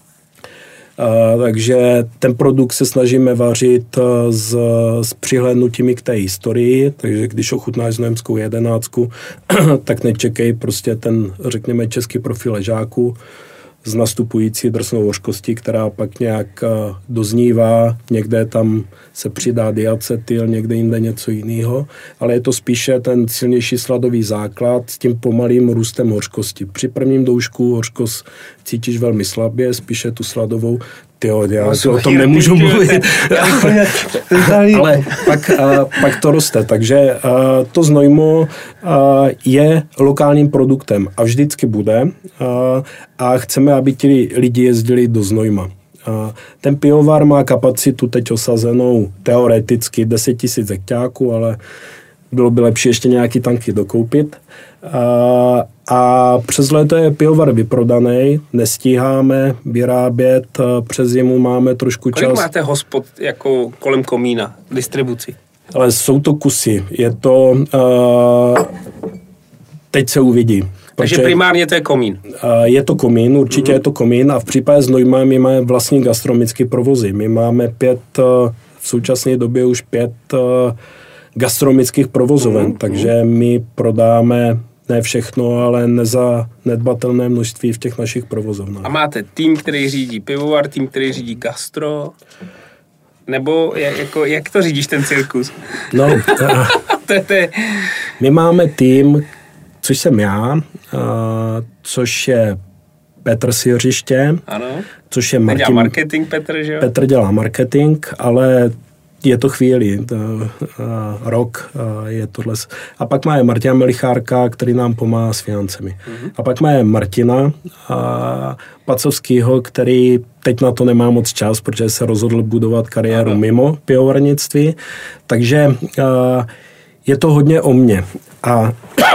Takže ten produkt se snažíme vařit s přihlédnutími k té historii, takže když ochutnáš znojemskou 11, tak nečekej prostě ten, řekněme, český profil ležáku s nastupující drsnou hořkostí, která pak nějak doznívá, někde tam se přidá diacetyl, někde jinde něco jiného, ale je to spíše ten silnější sladový základ s tím pomalým růstem hořkosti. Při prvním doušku hořkost cítíš velmi slabě, spíše tu sladovou. Já o tom nemůžu mluvit. Ale pak to roste. Takže to Znojmo je lokálním produktem a vždycky bude. A chceme, aby ti lidi jezdili do Znojma. Ten pivovar má kapacitu teď osazenou teoreticky 10 000 hekťáků, ale bylo by lepší ještě nějaký tanky dokoupit. A přes léto je pivovar vyprodaný, nestíháme vyrábět, přes zimu máme trošku čas. Kolik máte hospod jako kolem komína, distribuci? Ale jsou to kusy, je to, teď se uvidí. Takže primárně to je komín. Je to komín, určitě je to komín a v případě Znojma my máme vlastní gastronomické provozy. My máme v současné době už 5 gastronomických provozoven, takže my prodáme ne všechno, ale nezanedbatelné množství v těch našich provozovnách. A máte tým, který řídí pivovar, tým, který řídí gastro? Nebo jak to řídíš ten cirkus? No, my máme tým, což jsem já, což je Petr z Jiřiště, ano. Což je Martin. Dělá marketing Petr, že jo? Petr dělá marketing, ale je to chvíli, rok je tohle. A pak máme Martina Melichárka, který nám pomáhá s financemi. A pak máme Martina Pacovskýho, který teď na to nemá moc čas, protože se rozhodl budovat kariéru mimo pivovarnictví. Takže je to hodně o mně. A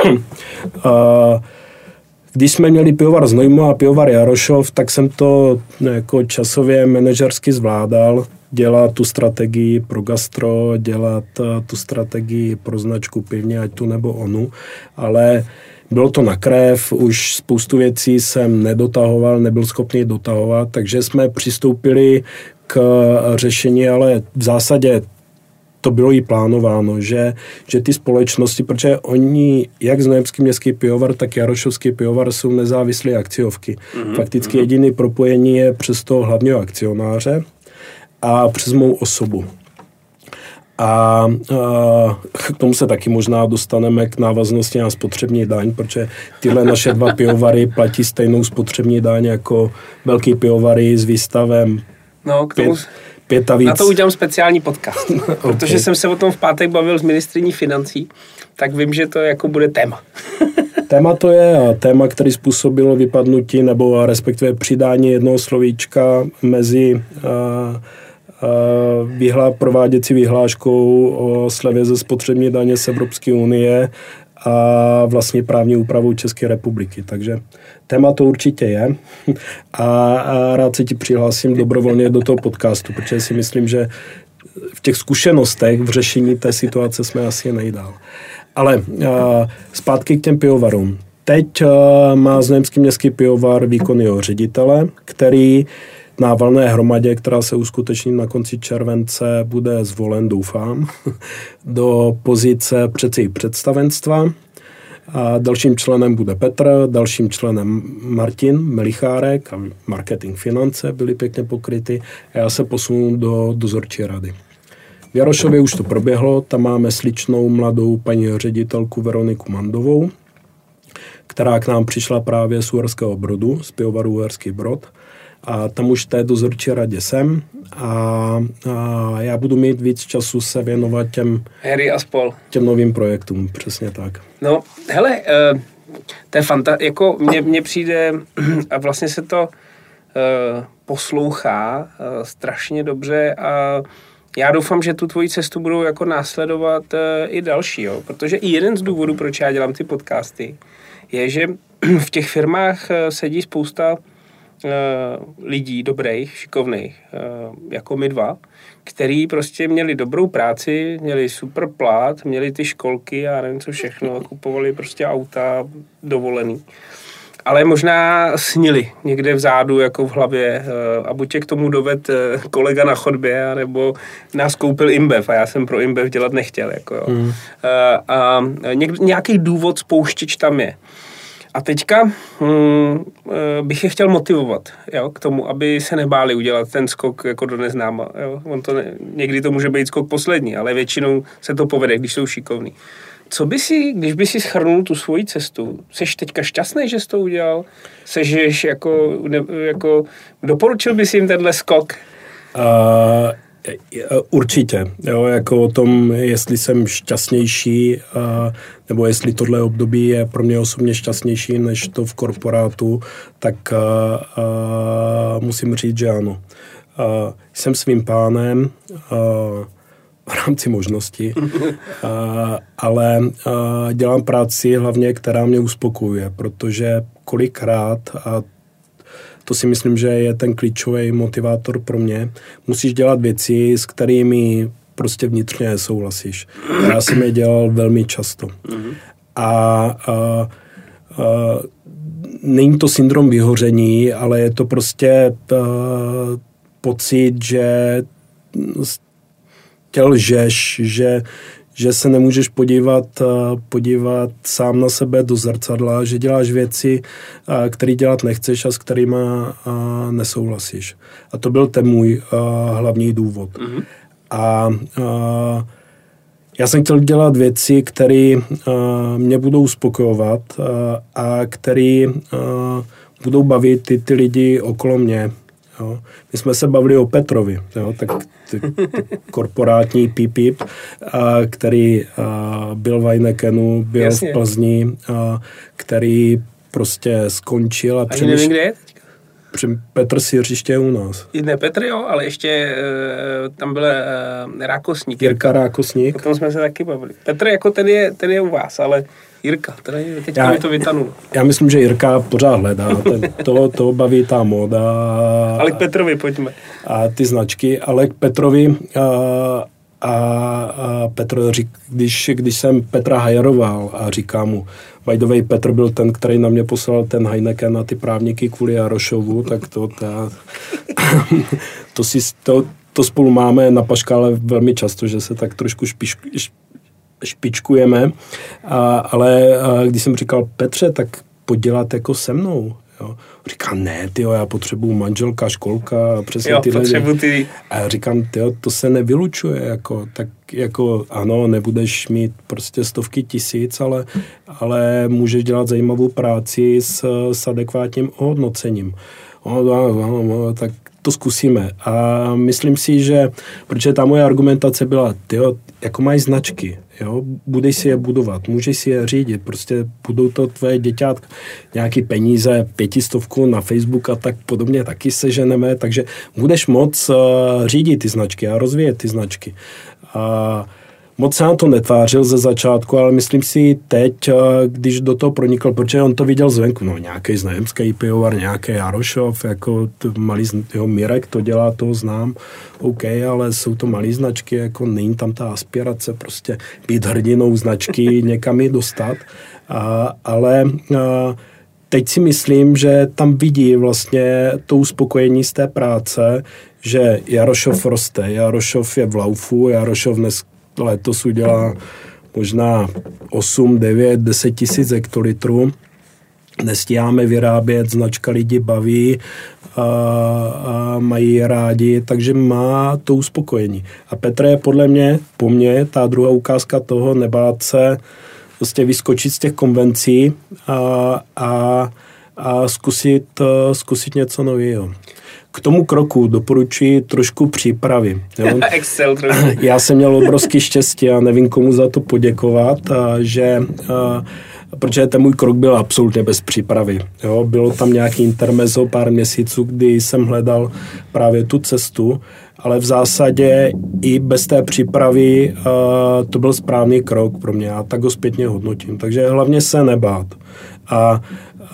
když jsme měli pivovar Znojmo a pivovar Jarošov, tak jsem to jako časově manažersky zvládal. Dělat tu strategii pro gastro, dělat tu strategii pro značku pivně, ať tu nebo onu. Ale bylo to na krev, už spoustu věcí jsem nedotahoval, nebyl schopný dotahovat, takže jsme přistoupili k řešení, ale v zásadě to bylo i plánováno, že ty společnosti, protože oni, jak Znojemský městský pivovar, tak Jarošovský pivovar jsou nezávislé akciovky. Fakticky jediné propojení je přes toho hlavního akcionáře a přes mou osobu. A k tomu se taky možná dostaneme k návaznosti na spotřební daň, protože tyhle naše dva pivovary platí stejnou spotřební daň jako velký pivovary s výstavem na to udělám speciální podcast, protože jsem se o tom v pátek bavil s ministryní financí, tak vím, že to jako bude téma. Téma to je a téma, který způsobilo vypadnutí nebo respektive přidání jednoho slovíčka mezi prováděcí vyhláškou o slevě ze spotřební daně z Evropské unie a vlastně právní úpravou České republiky. Takže téma to určitě je a rád se ti přihlásím dobrovolně do toho podcastu, protože si myslím, že v těch zkušenostech v řešení té situace jsme asi nejdál. Ale zpátky k těm pivovarům. Teď má Znojemský městský pivovar výkonného ředitele, který na valné hromadě, která se uskuteční na konci července, bude zvolen, doufám, do pozice představenstva. A dalším členem bude Petr, dalším členem Martin Melichárek a marketing finance byly pěkně pokryty a já se posunu do dozorčí rady. V Jarošově už to proběhlo, tam máme sličnou mladou paní ředitelku Veroniku Mandovou, která k nám přišla právě z Uherského Brodu, z pivovaru Uherský Brod. A tam už v té dozorčí radě jsem a já budu mít víc času se věnovat těm novým projektům, přesně tak. No, hele, to je jako mně přijde a vlastně se to poslouchá strašně dobře a já doufám, že tu tvoji cestu budou jako následovat i další, jo? Protože i jeden z důvodů, proč já dělám ty podcasty, je, že v těch firmách sedí spousta lidí dobrých, šikovných, jako my dva, který prostě měli dobrou práci, měli super plat, měli ty školky a nevím co všechno, kupovali prostě auta, dovolený. Ale možná snili někde vzadu, jako v hlavě a buď tě k tomu doved kolega na chodbě, nebo nás koupil InBev a já jsem pro InBev dělat nechtěl. Jako, jo. A nějaký důvod spouštěč tam je. A teďka bych je chtěl motivovat, jo, k tomu, aby se nebáli udělat ten skok jako do neznáma. Jo. Někdy to může být skok poslední, ale většinou se to povede, když jsou šikovní. Co by si, když by si shrnul tu svoji cestu, seš teďka šťastný, že jsi to udělal? Seš jako doporučil bys jim tenhle skok? Určitě. Jo, jako o tom, jestli jsem šťastnější, nebo jestli tohle období je pro mě osobně šťastnější než to v korporátu, tak musím říct, že ano. Jsem svým pánem v rámci možností, ale dělám práci hlavně, která mě uspokojuje, protože kolikrát, a to si myslím, že je ten klíčový motivátor pro mě, musíš dělat věci, s kterými prostě vnitřně nesouhlasíš. Já jsem je dělal velmi často. A není to syndrom vyhoření, ale je to prostě pocit, že tě lžeš, že se nemůžeš podívat sám na sebe do zrcadla, že děláš věci, které dělat nechceš a s kterými nesouhlasíš. A to byl ten můj hlavní důvod. A já jsem chtěl dělat věci, které mě budou uspokojovat a které budou bavit ty lidi okolo mě. Jo. My jsme se bavili o Petrovi, jo, tak korporátní píp, který byl v Heinekenu, byl Jasně. v Plzni, který prostě skončil a nevím, kde je teďka. Petr Siřiště je u nás. Ne, Petr jo, ale ještě tam byl Rákosník. Jirka Rákosník. O tom jsme se taky bavili. Petr jako ten je u vás, ale Jirka, teďka mi to vytanul. Já myslím, že Jirka pořád hledá. To baví ta móda. Ale k Petrovi pojďme. A ty značky, ale k Petrovi a Petr, když jsem Petra hajeroval a říkám mu, by the way, Petr byl ten, který na mě poslal ten Heineken na ty právníky kvůli Jarošovu, tak to spolu máme na paškále velmi často, že se tak trošku špičkujeme, ale když jsem říkal Petře, tak pojď dělat jako se mnou. Jo. Říká, ne, tyjo, já potřebuju manželka, školka a přesně tyhle. Ty. A já říkám, tyjo, to se nevylučuje, jako, tak jako ano, nebudeš mít prostě stovky tisíc, ale můžeš dělat zajímavou práci s adekvátním ohodnocením. Tak to zkusíme. A myslím si, že, protože ta moje argumentace byla, tyjo, jako mají značky, jo, budeš si je budovat, můžeš si je řídit, prostě budou to tvoje děťátka, nějaký peníze, 500 na Facebook a tak podobně taky seženeme, takže budeš moc řídit ty značky a rozvíjet ty značky. A moc se na to netvářil ze začátku, ale myslím si teď, když do toho pronikl, protože on to viděl zvenku, no nějaký znajemský pivovar, nějaký Jarošov, jako malý, jo, Mirek to dělá, toho znám, OK, ale jsou to malý značky, jako není tam ta aspirace, prostě být hrdinou značky, někam ji dostat, ale teď si myslím, že tam vidí vlastně to uspokojení z té práce, že Jarošov roste, Jarošov je v laufu, Jarošov dnes letos udělá možná 8, 9, 10 tisíc hektolitrů. Nestíháme vyrábět, značka lidi baví a mají je rádi, takže má to uspokojení. A Petr je podle mě, po mně, ta druhá ukázka toho, nebát se prostě vyskočit z těch konvencí a zkusit něco nového. K tomu kroku doporučuji trošku přípravy. Jo? Excel trošku. Já jsem měl obrovský štěstí a nevím, komu za to poděkovat, protože ten můj krok byl absolutně bez přípravy. Jo? Bylo tam nějaký intermezzo, pár měsíců, kdy jsem hledal právě tu cestu, ale v zásadě i bez té přípravy to byl správný krok pro mě a tak ho zpětně hodnotím. Takže hlavně se nebát a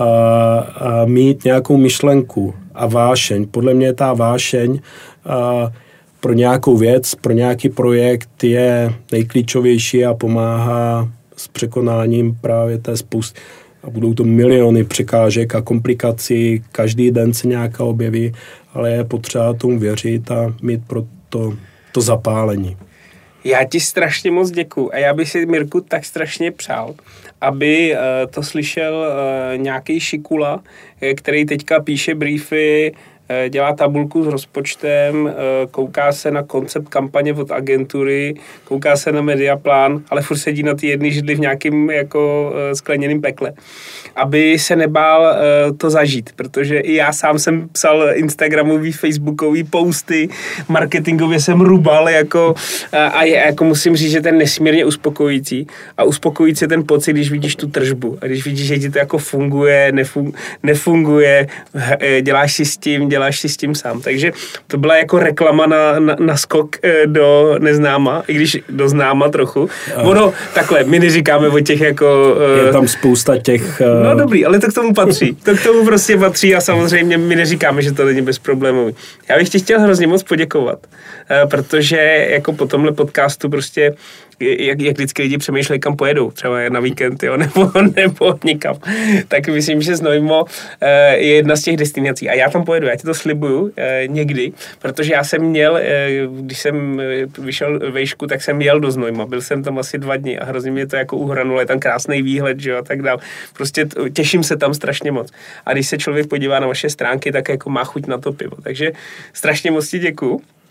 mít nějakou myšlenku a vášeň. Podle mě ta vášeň pro nějakou věc, pro nějaký projekt je nejklíčovější a pomáhá s překonáním právě té spousty. A budou to miliony překážek a komplikací, každý den se nějaká objeví, ale je potřeba tomu věřit a mít pro to zapálení. Já ti strašně moc děkuju a já bych si, Mirku, tak strašně přál, aby to slyšel nějaký šikula, který teďka píše briefy, dělá tabulku s rozpočtem, kouká se na koncept kampaně od agentury, kouká se na mediaplán, ale furt sedí na ty jedny židli v nějakým jako skleněným pekle. Aby se nebál to zažít, protože i já sám jsem psal instagramový, facebookový posty, marketingově jsem rubal jako, a jako musím říct, že ten nesmírně uspokojící. A uspokojící je ten pocit, když vidíš tu tržbu a když vidíš, že ti to jako funguje, nefunguje, děláš si s tím sám. Takže to byla jako reklama na skok do neznáma, i když do známa trochu. Ono, takhle, my neříkáme o těch jako... Je tam spousta těch... No dobrý, ale to k tomu patří. To k tomu prostě patří a samozřejmě my neříkáme, že to není bezproblémový. Já bych ti chtěl hrozně moc poděkovat, protože jako po tomhle podcastu prostě jak vždycky lidi přemýšlejí, kam pojedou, třeba na víkend, jo, nebo nikam. Tak myslím, že Znojmo je jedna z těch destinací. A já tam pojedu, já ti to slibuju někdy, protože já jsem měl, když jsem vyšel vejšku, tak jsem jel do Znojma. Byl jsem tam asi 2 dny a hrozně mě to jako uhranulo, je tam krásný výhled, že jo, a tak dál. Prostě těším se tam strašně moc. A když se člověk podívá na vaše stránky, tak jako má chuť na to pivo. Takže strašně moc ti děkuju.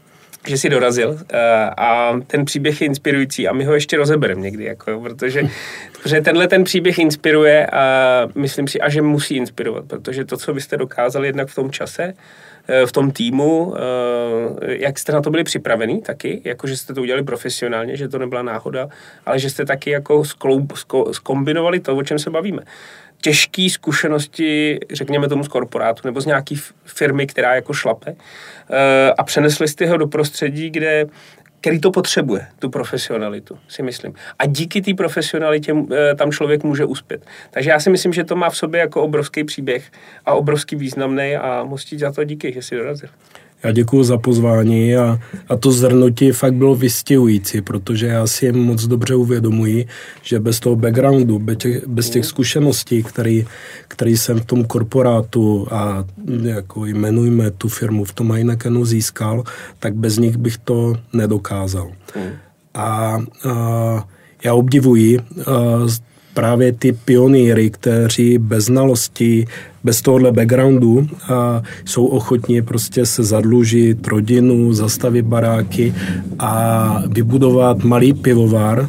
že jsi dorazil a ten příběh je inspirující a my ho ještě rozebereme někdy, jako, protože tenhle ten příběh inspiruje a myslím si, a že musí inspirovat, protože to, co vy jste dokázali jednak v tom čase, v tom týmu, jak jste na to byli připravení taky, jako že jste to udělali profesionálně, že to nebyla náhoda, ale že jste taky jako zkombinovali to, o čem se bavíme. Těžké zkušenosti, řekněme tomu z korporátu nebo z nějaký firmy, která jako šlape a přenesli jste ho do prostředí, který to potřebuje, tu profesionalitu, si myslím. A díky té profesionalitě tam člověk může uspět. Takže já si myslím, že to má v sobě jako obrovský příběh a obrovský významný a moc ti za to díky, že jsi dorazil. Já děkuju za pozvání a to zhrnutí fakt bylo vystihující, protože já si moc dobře uvědomuji, že bez toho backgroundu, bez těch zkušeností, který jsem v tom korporátu a jako jmenujme tu firmu v tom Heinekenu získal, tak bez nich bych to nedokázal. A já obdivuji právě ty pionýry, kteří bez znalostí, bez tohohle backgroundu jsou ochotní prostě se zadlužit rodinu, zastavit baráky a vybudovat malý pivovar,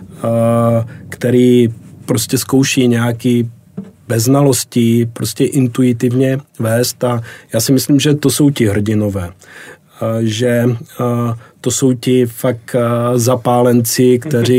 který prostě zkouší nějaký bez znalostí, prostě intuitivně vést a já si myslím, že to jsou ti hrdinové. Že to jsou ti fakt zapálenci,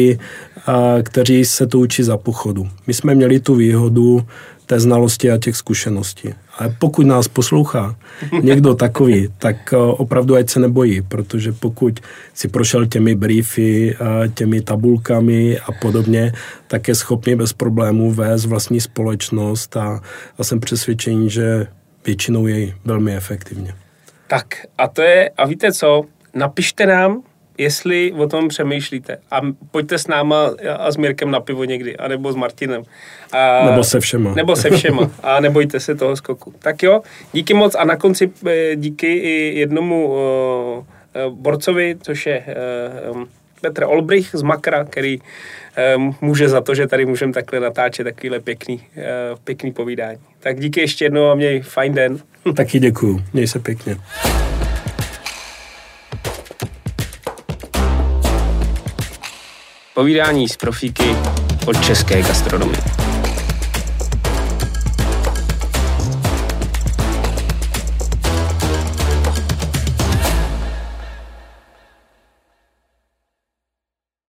kteří se to učí za pochodu. My jsme měli tu výhodu té znalosti a těch zkušeností. Ale pokud nás poslouchá někdo takový, tak opravdu ať se nebojí, protože pokud si prošel těmi briefy, těmi tabulkami a podobně, tak je schopný bez problémů vést vlastní společnost a jsem přesvědčený, že většinou je velmi efektivně. Tak a víte co, napište nám, jestli o tom přemýšlíte. A pojďte s náma a s Mirkem na pivo někdy, anebo s Martinem. Nebo se všema. Nebo se všema. A nebojte se toho skoku. Tak jo, díky moc a na konci díky i jednomu borcovi, což je Petr Olbrich z Makra, který může za to, že tady můžeme takhle natáčet takovýhle pěkný povídání. Tak díky ještě jednou a měj fajn den. Taky děkuju. Měj se pěkně. Povídání z profíky od české gastronomie.